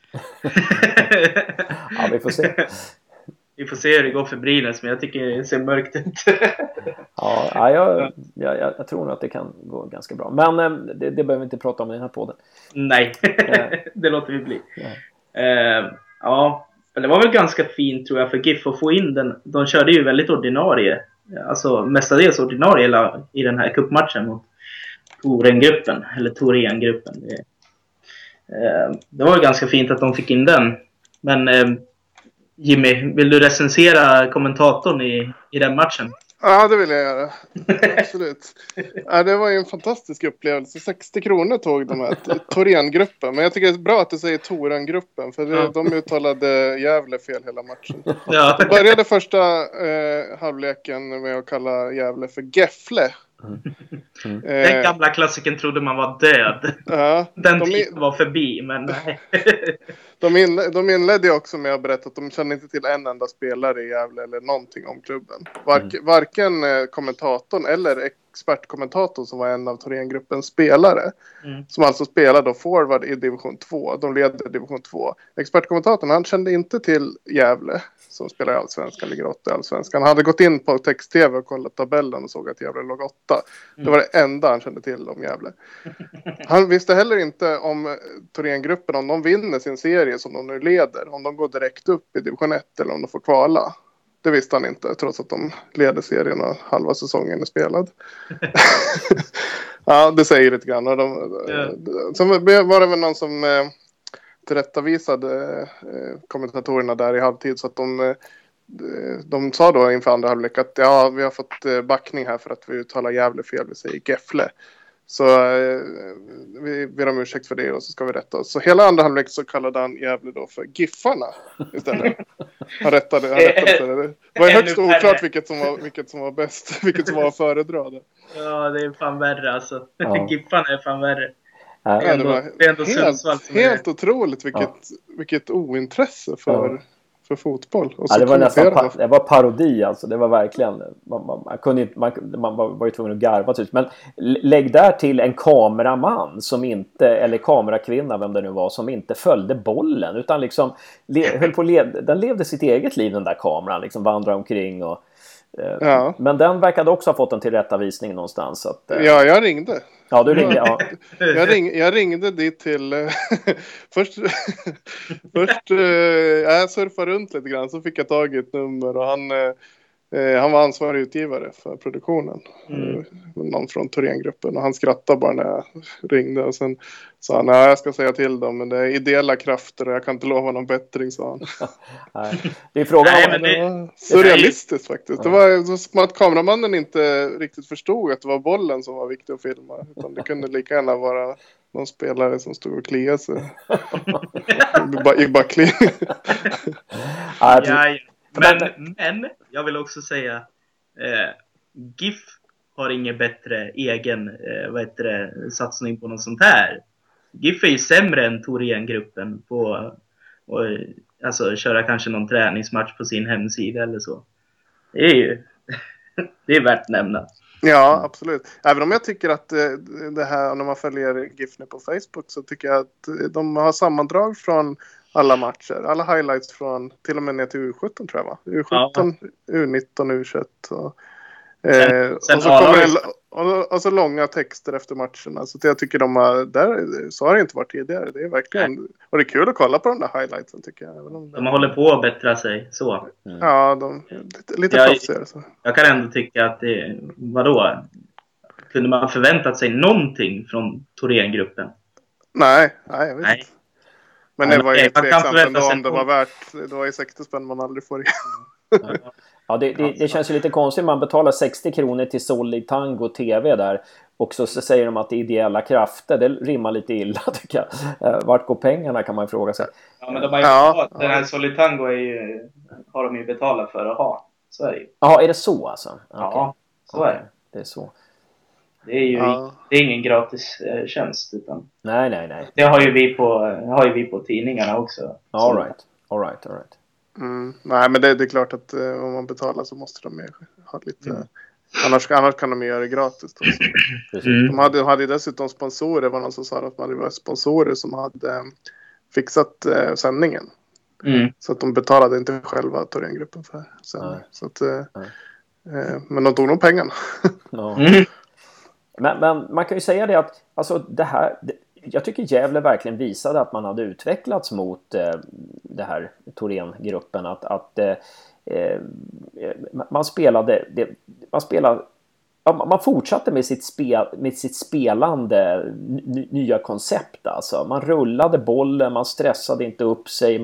B: Ja, vi får se.
A: Vi får se hur det går för Brynäs, men jag tycker det ser mörkt ut.
B: Ja, jag tror nog att det kan gå ganska bra. Men det behöver vi inte prata om i den här podden.
A: Nej, det låter vi bli. Ja, det var väl ganska fint tror jag för GIF att få in den. De körde ju väldigt ordinarie. Alltså mestadels ordinarie i den här cupmatchen mot Torengruppen. Eller Torengruppen. Det var ganska fint att de fick in den. Men Jimmy, vill du recensera kommentatorn i den matchen?
C: Ja, det vill jag göra. Absolut. Det var ju en fantastisk upplevelse. 60 kronor tog de här Torengruppen. Men jag tycker det är bra att du säger Torengruppen. För de uttalade Gävle fel hela matchen. Ja. De började första halvleken med att kalla Gävle för Gefle.
A: Den gamla klassiken trodde man var död. Ja, den tiden var förbi, men nej.
C: De inledde också med att berätta att de kände inte till en enda spelare i Gävle eller någonting om klubben. Varken kommentatorn eller expertkommentatorn som var en av Thorengruppens spelare. Som alltså spelade då forward i division 2. De leder division 2. Expertkommentatorn, han kände inte till Gävle som spelar i Allsvenskan, ligger 8 i Allsvenskan. Han hade gått in på text-tv och kollat tabellen och såg att Gävle låg 8. Det var det enda han kände till om Gävle. Han visste heller inte om Thorengruppen, om de vinner sin serie som de nu leder. Om de går direkt upp i division 1 eller om de får kvala. Det visste han inte, trots att de leder serien och halva säsongen är spelad. Ja, det säger lite grann. Sen var det väl någon som tillrättavisade kommentatorerna där i halvtid. Så att de sa då inför andra halvlek att ja, vi har fått backning här för att vi uttalar Gävle fel. Vi säger Gefle. Så vi ber om ursäkt för det och så ska vi rätta oss. Så hela andra halvlek så kallade han Gävle då för Giffarna istället. Han rättade det. Det var högst oklart vilket som var bäst, vilket som var föredrag.
A: Ja, det är fan värre alltså. Ja. Giffarna är fan värre.
C: Ja, det är ändå helt otroligt vilket ointresse för fotboll. Och
B: ja, det var nästan det var parodi alltså. Det var verkligen man var ju tvungen att garva ut. Men lägg där till en kameraman som inte, eller kamerakvinna vem det nu var, som inte följde bollen utan liksom den levde sitt eget liv, den där kameran, liksom vandrade omkring och ja. Men den verkade också ha fått en tillrättavisning någonstans så att,
C: ja, jag ringde.
B: Ja, du ringde, ja.
C: Jag ringde dit till först jag surfade runt lite grann så fick jag tag i ett nummer och han var ansvarig utgivare för produktionen. Någon från Thorengruppen och han skrattade bara när jag ringde och sen sa han, nej jag ska säga till dem men det är ideella krafter och jag kan inte lova någon bättring, sa han.
B: Det är frågan
C: om det var surrealistiskt faktiskt. Det var som att kameramannen inte riktigt förstod att det var bollen som var viktig att filma utan det kunde lika gärna vara någon spelare som stod och kliade sig i backlinjen.
A: Men jag vill också säga GIF har ingen bättre egen satsning på något sånt här. GIF är ju sämre än Thorengruppen på alltså köra kanske någon träningsmatch på sin hemsida eller så. Det är värt att nämna.
C: Ja, absolut. Även om jag tycker att det här, när man följer GIF nu på Facebook så tycker jag att de har sammandrag från alla matcher. Alla highlights från till och med ner till U17 tror jag va? U17, U19, U21 och så långa texter efter matcherna. Så jag tycker så har det inte varit tidigare. Det är verkligen, och det är kul att kolla på de där highlightsen tycker jag.
A: De håller på att bättra sig så.
C: Ja, lite proffsigare så.
A: Jag kan ändå tycka att vadå? Kunde man förväntat sig någonting från Thorengruppen?
C: Nej, jag vet inte. Men det var ju tveksamt ändå om det var värt. Det var ju 60 spänn man aldrig får igen.
B: Ja, det känns ju lite konstigt. Man betalar 60 kronor till Solid Tango TV där. Och så säger de att det är ideella krafter. Det rimmar lite illa tycker jag. Vart går pengarna kan man fråga sig.
A: Ja, men de har ju den här Solid Tango har de ju betalat för att ha. Så är det ju.
B: Ja, är det så alltså?
A: Ja, så är det.
B: Det är så.
A: Det är ju det är ingen gratis tjänst utan.
B: Nej.
A: Det har ju vi på tidningarna också.
B: All right.
C: Nej, men det är klart att om man betalar så måste de ha lite. Annars kan de göra det gratis. De hade dessutom sponsorer. Det var någon som sa att man hade sponsorer som hade fixat sändningen. Så att de betalade inte själva Thorengruppen för sändning. Så att, men de tog nog pengarna.
B: Men man kan ju säga det att alltså det här, jag tycker Gävle verkligen visade att man hade utvecklats mot det här Thorengruppen att man fortsatte med sitt spelande nya koncept alltså. Man rullade bollen, man stressade inte upp sig,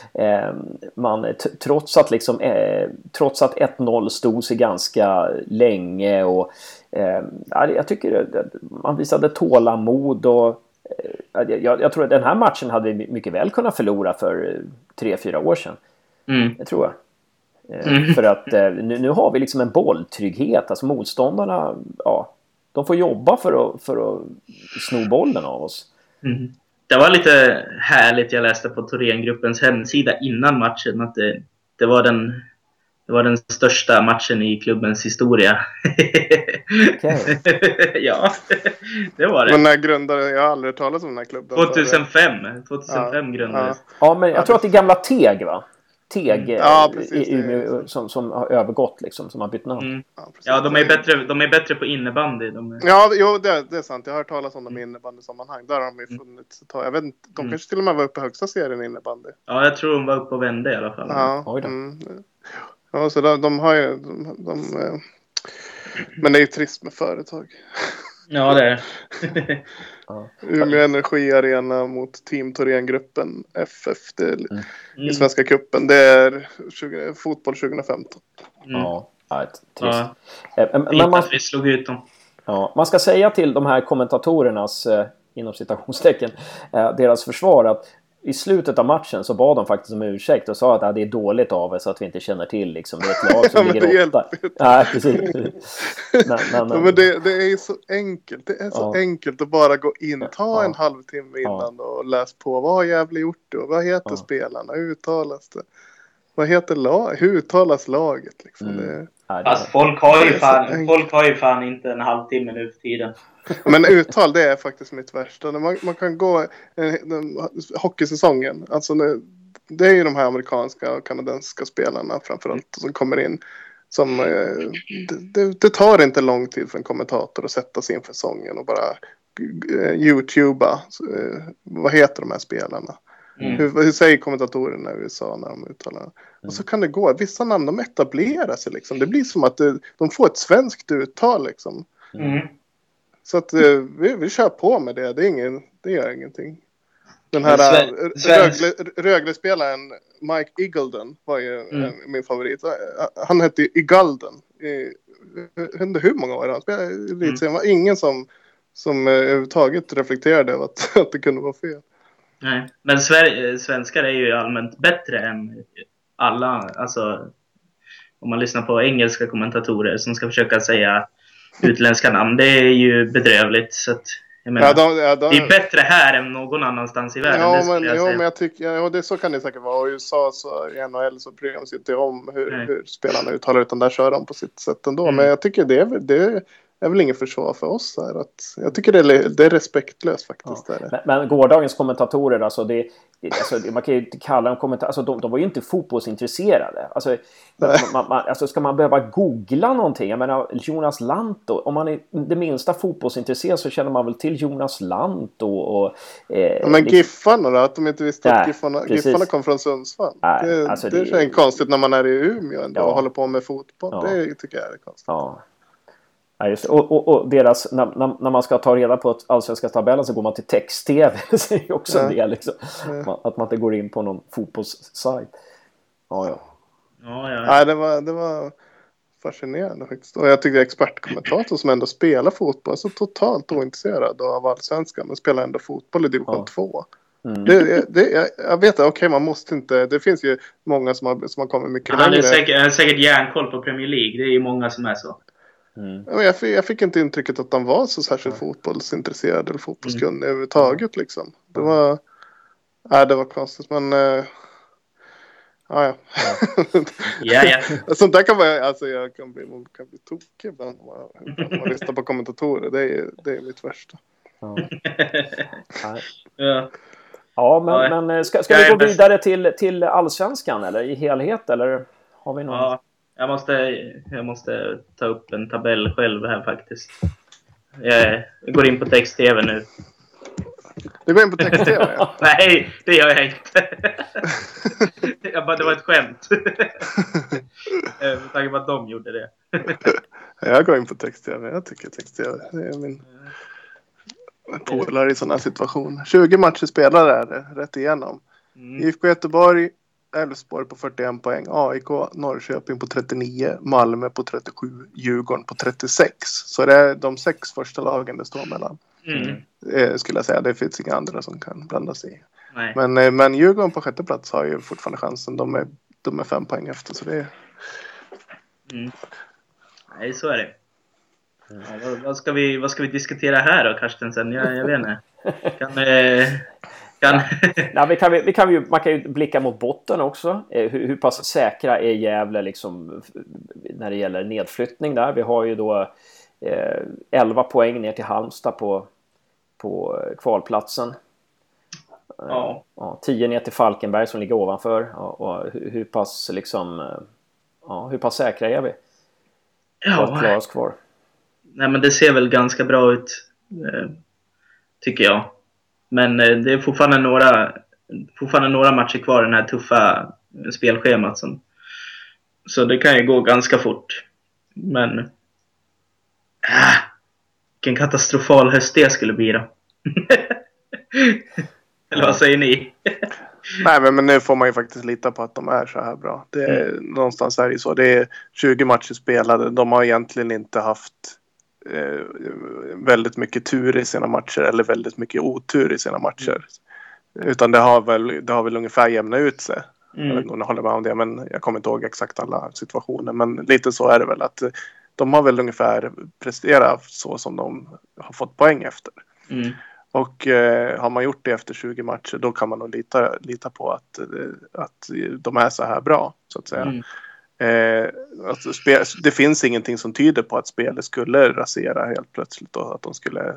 B: trots att 1-0 stod sig ganska länge och jag tycker man visade tålamod och jag tror att den här matchen hade vi mycket väl kunnat förlora för 3-4 år sedan. Det tror jag. För att nu har vi liksom en bolltrygghet. Alltså motståndarna, de får jobba för att sno bollen av oss.
A: Det var lite härligt, jag läste på Thorengruppens hemsida innan matchen att det var Det var den största matchen i klubbens historia.
B: Okay.
A: Ja, det var det.
C: Men när grundade, jag har aldrig talat om den här klubben.
A: 2005 grundades.
B: Ja, men jag tror att det är gamla Teg, va? Teg
C: precis,
B: i Umeå som har övergått liksom, som har bytt namn.
A: Ja, de är bättre på innebandy.
C: Ja, jo, det är sant. Jag har hört talas om dem i innebandysammanhang. Där har de ju funnits ett tag. Jag vet inte, de kanske till och med var uppe i högsta serien i innebandy.
A: Ja, jag tror de var uppe och vände i alla fall.
B: Ja,
C: ja, så de har ju... men det är ju trist med företag.
A: Ja, det är
C: Umeå Energi Arena mot Team Thorengruppen FF i Svenska cupen. Det är fotboll 2015.
B: Ja, trist.
A: Men att vi slog ut dem.
B: Ja, man ska säga till de här kommentatorernas inom citationstecken deras försvar att i slutet av matchen så bad de faktiskt om ursäkt och sa att det är dåligt av oss att vi inte känner till liksom, det är ett lag som ligger 8. Ja, precis.
C: Men det är ju så enkelt. Det är så enkelt att bara gå in, ta en halvtimme innan och läs på. Vad har Gävle gjort då? Vad heter spelarna? Hur uttalas det? Vad heter hur uttalas laget? Liksom?
A: Fast folk har ju fan inte en halvtimme nu för tiden.
C: Men uttal, det är faktiskt mitt värsta. Man kan gå hockeysäsongen. Alltså det är ju de här amerikanska och kanadensiska spelarna framförallt som kommer in. Det tar inte lång tid för en kommentator att sätta sig inför säsongen och bara YouTuba. Vad heter de här spelarna? Hur säger kommentatorerna i USA när de uttalar? Och så kan det gå. Vissa namn, de etablerar sig liksom. Det blir som att de får ett svenskt uttal liksom. Så att vi kör på med det. Det gör ingenting. Den här Rögle-spelaren Mike Eagledon var ju min favorit. Han hette Igalden. Under hur många år han spelade lite. Det var ingen som överhuvudtaget reflekterade över att det kunde vara fel.
A: Nej, men svenskar är ju allmänt bättre än alla. Alltså, om man lyssnar på engelska kommentatorer som ska försöka säga utländska namn, det är ju bedrövligt. Så att, jag menar, det är bättre här än någon annanstans i världen.
C: Men jag tycker, det så kan det säkert vara. Och i USA så i NHL så bryr de sig inte om hur spelarna uttalar, utan där kör de på sitt sätt ändå. Men jag tycker det är väl inget försvar för oss här. Jag tycker det är respektlöst faktiskt.
B: Men gårdagens kommentatorer, alltså man kan ju inte kalla dem kommentatorer, alltså de var ju inte fotbollsintresserade. Alltså ska man behöva googla någonting? Jag menar, Jonas Lant, om man är det minsta fotbollsintresserad så känner man väl till Jonas Lant
C: men Giffarna då? Att de inte visste att Giffarna kom från Sundsvall. Det känns konstigt när man är i Umeå ändå och håller på med fotboll. Det tycker jag är konstigt.
B: Ja. Ja, just, och deras, när man ska ta reda på att allsvenska tabellen så går man till text-tv. Det är ju också det liksom. Att man inte går in på någon fotbollssajt.
C: Nej, det var fascinerande faktiskt. Och jag tycker expertkommentator som ändå spelar fotboll är så totalt ointresserad av allsvenskan, men spelar ändå fotboll i division 2. Jag vet att man måste inte. Det finns ju många som har kommit mycket längre.
A: Han är säkert järnkoll på Premier League. Det är ju många som är så.
C: Jag fick inte intrycket att de var så särskilt fotbollsintresserade eller fotbollskunniga överhuvudtaget liksom. Det var konstigt, men ja. Sånt där kan vara, alltså jag kan bli tokig ibland om man lyssnar på kommentatorer. Det är mitt värsta.
B: Men ska vi gå vidare till allsvenskan eller i helhet, eller har vi någon?
A: Ja. Jag måste ta upp en tabell själv här faktiskt. Jag går in på text-tv nu.
C: Du går in på text-tv? Ja.
A: Nej, det gör jag inte. Det var ett skämt. Med tanke på att de gjorde det.
C: Jag går in på text-tv. Jag tycker text-tv. Det är min polare i sådana situationer. 20 matcher spelare är det, rätt igenom. IFK Göteborg, Elfsborg på 41 poäng, AIK, Norrköping på 39, Malmö på 37, Djurgården på 36. Så det är de 6 första lagen det står mellan. Skulle jag säga. Det finns inga andra som kan blanda sig i. Men Djurgården på 6:e plats har ju fortfarande chansen. De är 5 poäng efter, så det är...
A: Nej, så är det. Vad ska vi diskutera här då, Karstensen? Jag vet inte.
B: Man kan ju blicka mot botten också. Hur pass säkra är Gävle liksom, när det gäller nedflyttning där? Vi har ju då 11 poäng ner till Halmstad på kvalplatsen.
A: Ja.
B: 10 ner till Falkenberg som ligger ovanför. Och hur pass liksom, hur pass säkra är vi? Att klara oss kvar.
A: Nej, men det ser väl ganska bra ut, tycker jag. Men det är fortfarande några matcher kvar i den här tuffa spelschemat. Så det kan ju gå ganska fort. Men vilken katastrofal höst det skulle bli då. Eller vad säger ni?
C: Nej, men nu får man ju faktiskt lita på att de är så här bra. Det är, någonstans är det så. Det är 20 matcher spelade. De har egentligen inte haft väldigt mycket tur i sina matcher eller väldigt mycket otur i sina matcher. Utan det har väl ungefär jämnat ut sig. Jag håller med om det, men jag kommer inte ihåg exakt alla situationer. Men lite så är det väl, att de har väl ungefär presterat så som de har fått poäng efter. Och har man gjort det efter 20 matcher, då kan man nog lita på att de är så här bra, så att säga. Det finns ingenting som tyder på att spelet skulle rasera helt plötsligt och att de skulle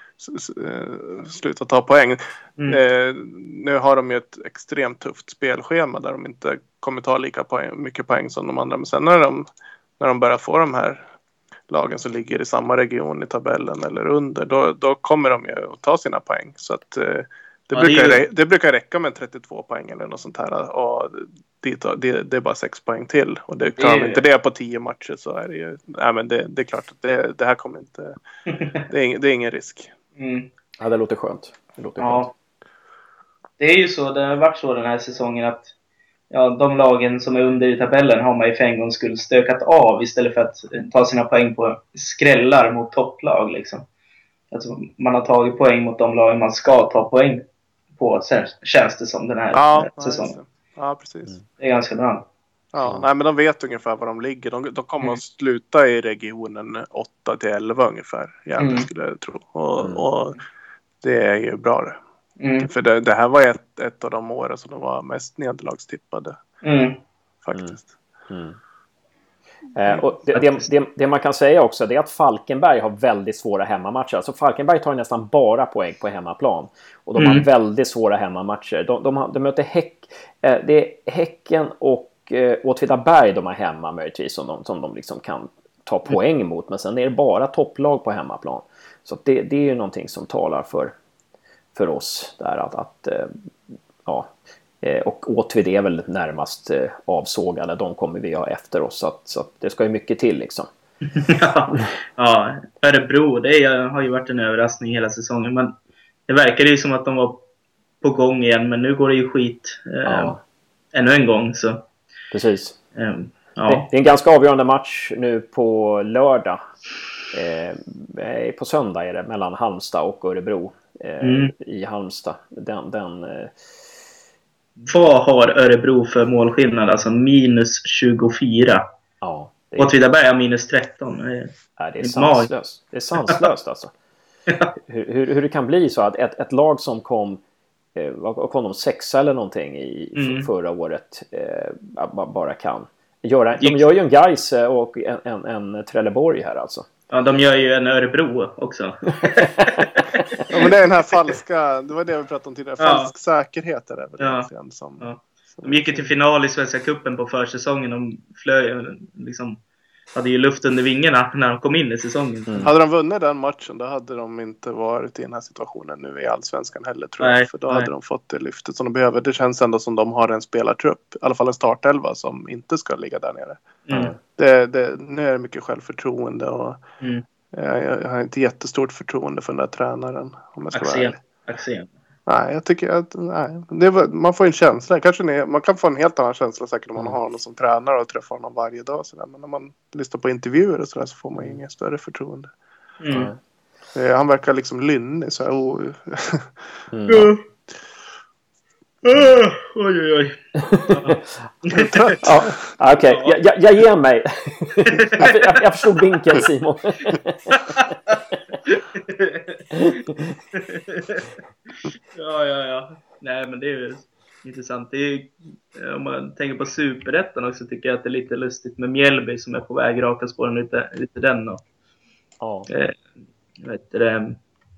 C: sluta ta poäng. Nu har de ju ett extremt tufft spelschema där de inte kommer ta lika mycket poäng som de andra. Men sen när de börjar få de här lagen som ligger i samma region i tabellen eller under, då kommer de ju att ta sina poäng. Så att det brukar räcka med 32 poäng eller något sånt här. Och det är bara 6 poäng till. Och det klarar inte det på 10 matcher, så är det ju... Nej, men det är klart att det här kommer inte... Det är ingen risk.
B: Ja, det låter skönt.
A: Det är ju så, det har varit så den här säsongen att de lagen som är under i tabellen har man ju för en gångs skull stökat av istället för att ta sina poäng på skrällar mot topplag liksom. Alltså, man har tagit poäng mot de lagen man ska ta poäng på, känns det som den här säsongen.
C: Ja, precis.
A: Det är ganska bra.
C: Nej, men de vet ungefär var de ligger. De kommer att sluta i regionen 8-11 ungefär. Skulle jag tro. Och det är ju bra det. För det här var ett av de åren som de var mest nederlagstippade. Faktiskt.
B: Och det man kan säga också, det är att Falkenberg har väldigt svåra hemmamatcher. Alltså Falkenberg tar nästan bara poäng på hemmaplan. Och de har väldigt svåra hemmamatcher. De möter det är Häcken och Åtvidaberg de har hemma möjligtvis som de liksom kan ta poäng mot. Men sen är det bara topplag på hemmaplan. Så det är ju någonting som talar för oss där och Åtvid är väl närmast avsågade. De kommer vi ha efter oss, så att det ska ju mycket till liksom.
A: Örebro, det har ju varit en överraskning hela säsongen, men det verkar ju som att de var på gång igen, men nu går det ju skit ännu en gång så.
B: Precis. Det är en ganska avgörande match nu på lördag. På söndag är det mellan Halmstad och Örebro. I Halmstad.
A: Vad har Örebro för målskillnad? Alltså minus 24.
B: Ja.
A: Åtvidaberg har minus 13.
B: Det är sanslöst. Det är sanslöst alltså. Hur det kan bli så att ett lag som kom de 6 eller någonting förra året bara kan göra. De gör ju en Gais och en Trelleborg här alltså.
A: Ja, de gör ju en Örebro också.
C: Men det är den här falska, det var det vi pratade om tidigare, falsk säkerhet är det väl som.
A: De gick ju till final i Svenska cupen på försäsongen. De flög liksom, hade ju luft under vingarna när de kom in i säsongen.
C: Hade de vunnit den matchen, då hade de inte varit i den här situationen nu i Allsvenskan heller, tror jag. För då hade de fått det lyftet som de behöver. Det känns ändå som de har en spelartrupp, i alla fall en startelva, som inte ska ligga där nere. Nu är det mycket självförtroende och jag har inte jättestort förtroende för den där tränaren, om jag ska vara ärlig.
A: Axén.
C: Nej, jag tycker att man får en känsla. Man kan få en helt annan känsla säkert om man har någon som tränare och träffar honom varje dag. Så där. Men när man lyssnar på intervjuer och så får man ingen större förtroende. Han verkar liksom lynnig. Så
A: Oj.
B: Okej, jag ger mig. Jag förstod vinkeln, Simon.
A: Ja. Nej, men det är ju intressant. Det är ju, om man tänker på Superettan också, tycker jag att det är lite lustigt med Mjällby som är på väg raka spåren lite den. Och,
B: ja.
A: Vet du,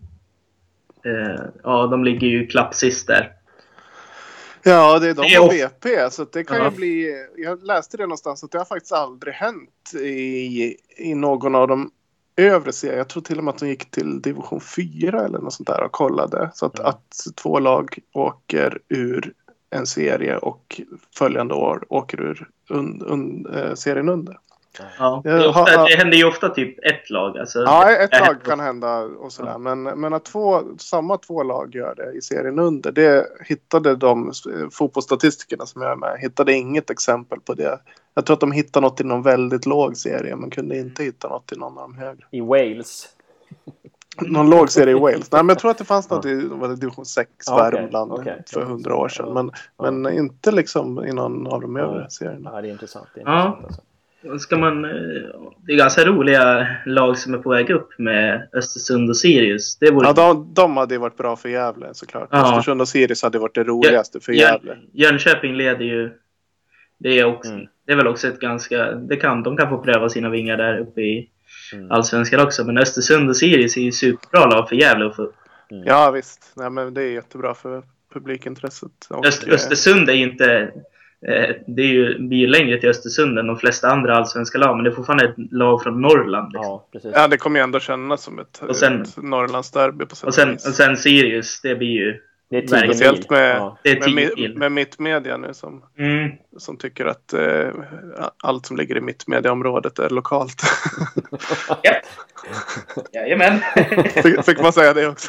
A: ja, de ligger ju klapp sist där.
C: Ja, det är de och BP. Så det kan ju bli... Jag läste det någonstans att det har faktiskt aldrig hänt i någon av de övre serier. Jag tror till och med att de gick till division 4 eller något sånt där och kollade. Så att 2 lag åker ur en serie och följande år åker ur serien under.
A: Ja, det händer ju ofta typ ett lag. Alltså,
C: ja, ett lag kan hända och sådär. Men att samma 2 lag gör det i serien under, det hittade de fotbollsstatistikerna som jag är med, hittade inget exempel på det. Jag tror att de hittade något i någon väldigt låg serie, men kunde inte hitta något i någon av de högre.
B: I Wales?
C: Någon låg serie i Wales. Nej, men jag tror att det fanns något i division 6 Värmland för 100 år sedan. Men inte liksom i någon av de övre serierna.
B: Ja, det är intressant. Alltså.
A: Det är ganska roliga lag som är på väg upp med Östersund och Sirius. Det vore...
C: Ja, de hade ju varit bra för Gävle såklart. Ja. Östersund och Sirius hade varit det roligaste för Gävle.
A: Jönköping leder ju. Det är också. Det är väl också ett ganska... de kan få pröva sina vingar där uppe i Allsvenskan också. Men Östersund och Sirius är ju superbra lag för Gävle att få.
C: Ja, visst. Nej, men det är jättebra för publikintresset.
A: Östersund är ju inte... Det blir ju längre till Östersund än de flesta andra allsvenska lag, men det är fortfarande ett lag från Norrland. Liksom.
B: Ja, precis.
C: Ja, det kommer ju ändå kännas som ett Norrlandsderby på
A: sätt och sen Sirius, det blir ju...
B: Det är
C: 10 mil. Med mittmedia nu som tycker att allt som ligger i mittmediaområdet är lokalt.
A: Ja. Jajamän.
C: Fick man säga det också?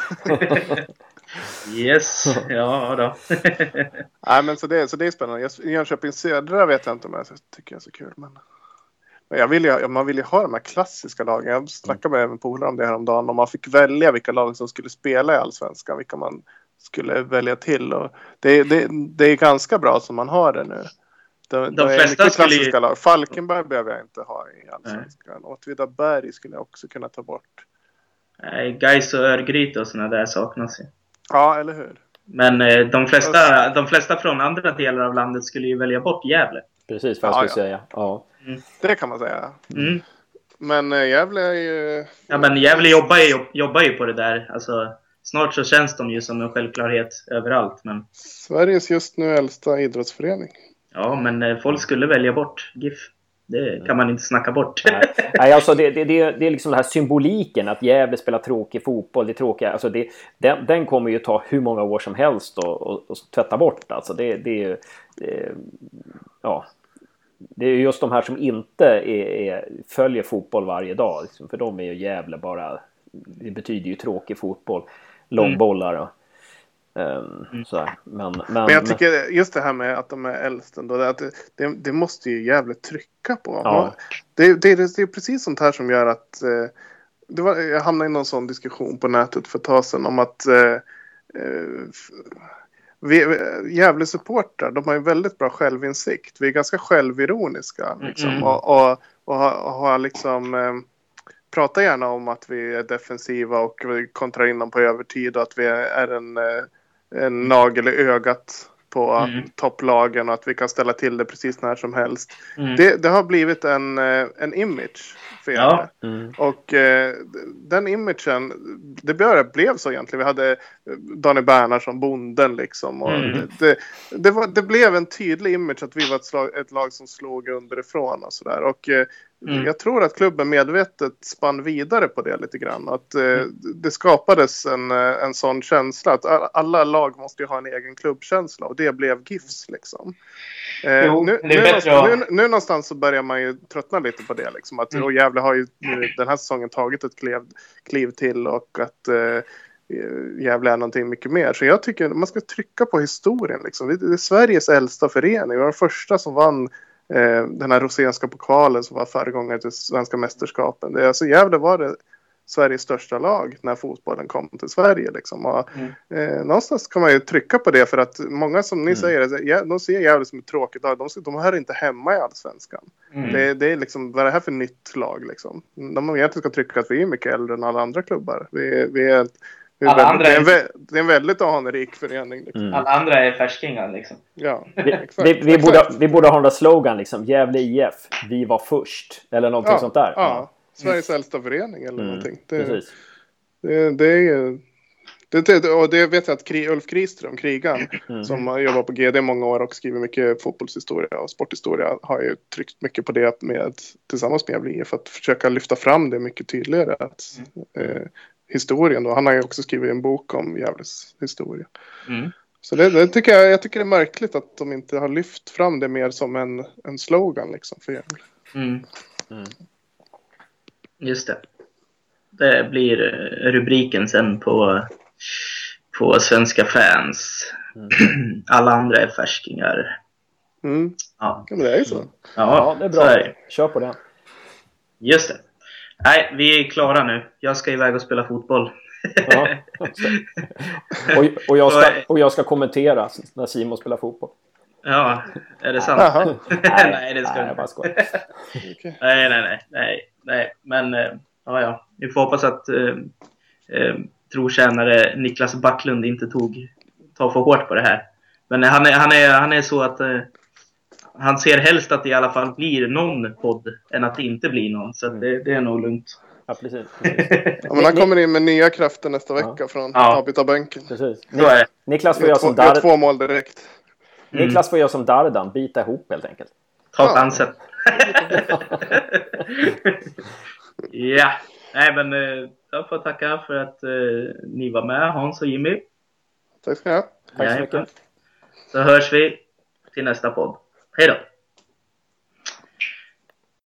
A: Yes, ja då.
C: Nej, men så det är spännande. Jönköping Södra vet jag inte om jag tycker är så kul. Men man vill ju ha de här klassiska lagen. Jag snackade med en polare om det här om dagen. Om man fick välja vilka lag som skulle spela i Allsvenskan. Vilka man skulle välja till. Och det är ganska bra som man har det nu. De flesta klassiska lag. Falkenberg behöver jag inte ha i Allsvenskan. Åtvidaberg skulle jag också kunna ta bort.
A: Nej, Gais och Örgryte och sådana där saknas ju.
C: Ja, eller hur?
A: Men de flesta från andra delar av landet skulle ju välja bort Gävle.
B: Precis, vad jag skulle säga. Ja.
C: Det kan man säga. Men Gävle är ju...
A: Ja, men Gävle jobbar ju på det där. Alltså, snart så känns de ju som en självklarhet överallt. Men...
C: Sveriges just nu äldsta idrottsförening.
A: Ja, men folk skulle välja bort GIF. Det kan man inte snacka bort.
B: Nej, alltså det är liksom den här symboliken att Gävle spelar tråkig fotboll. Det är tråkiga, alltså den kommer ju ta hur många år som helst och tvätta bort. Alltså det är ju det är just de här som inte följer fotboll varje dag. Liksom, för de är ju Gävle bara. Det betyder ju tråkig fotboll. Långbollar Men
C: jag tycker just det här med att de är äldst ändå, att det måste ju jävligt trycka på.
B: Ja.
C: Det är precis sånt här som gör att jag hamnade i någon sån diskussion på nätet för ett tag sedan om att Gävle supportrar, de har ju väldigt bra självinsikt. Vi är ganska självironiska liksom, och har liksom pratar gärna om att vi är defensiva och vi kontrar in dem på övertid och att vi är en nagel i ögat på topplagen och att vi kan ställa till det precis när som helst. Det har blivit en image för Gävle. Och den imagen, det blev så egentligen. Vi hade Daniel Bernhardsson, bonden liksom. Och det blev en tydlig image att vi var ett lag som slog underifrån och sådär. Och jag tror att klubben medvetet spann vidare på det lite grann. Att det skapades en sån känsla att alla lag måste ju ha en egen klubbkänsla. Och det blev GIFs liksom. Nu någonstans så börjar man ju tröttna lite på det liksom. Att Gävle har ju den här säsongen tagit ett kliv till och att Gävle är någonting mycket mer. Så jag tycker man ska trycka på historien liksom. Det är Sveriges äldsta förening. Vi var den första som vann den här rosenska pokalen som var föregångare till svenska mästerskapen. Alltså Gävle var det Sveriges största lag när fotbollen kom till Sverige liksom. Och, någonstans kan man ju trycka på det för att många som ni säger, de ser Gävle som ett tråkigt lag. De hör inte hemma i Allsvenskan. Det är liksom, vad är det här för nytt lag liksom? De egentligen ska trycka att vi är mycket äldre än alla andra klubbar. Det är en väldigt anrik förening. Liksom.
A: Alla andra är färskingar liksom.
C: Ja,
B: vi borde ha den där slogan liksom. Gävle IF, vi var först. Eller någonting sånt där.
C: Ja, Sveriges äldsta förening eller någonting.
B: Precis.
C: Och det vet jag att Ulf Kriström, krigaren, som har jobbat på GD många år och skriver mycket fotbollshistoria och sporthistoria, har ju tryckt mycket på det tillsammans med Gävle IF för att försöka lyfta fram det mycket tydligare. Historien. Och han har ju också skrivit en bok om Gävles historia. Så jag tycker det är märkligt att de inte har lyft fram det mer som en slogan liksom för Gävle.
A: Just det. Det blir rubriken sen på svenska fans. Alla andra är färskingar.
C: Ja, men det är ju så.
B: Ja, det är bra. Kör på det.
A: Just det. Nej, vi är klara nu. Jag ska iväg och spela fotboll.
B: Ja. och jag ska kommentera när Simon spelar fotboll.
A: Ja, är det sant? Nej, det ska
B: jag bara skojar.
A: Nej. Men ja. Vi får hoppas att trotjänare Niklas Backlund inte tar för hårt på det här. Men han är så att han ser helst att det i alla fall blir någon podd än att det inte blir någon. Så att det är nog lugnt.
B: Ja, precis.
C: Ja, men han kommer in med nya krafter nästa vecka från avbytarbänken.
B: Precis.
A: Så är det.
B: Niklas får göra som Dardan.
C: 2 mål direkt.
B: Niklas får göra som Dardan, bita ihop helt enkelt.
A: Ta chansen. Ja. Nej, men jag får tacka för att ni var med, Hans och Jimmy.
C: Tack ska ni ha.
B: Tack så mycket.
A: Så hörs vi till nästa podd. Hej då.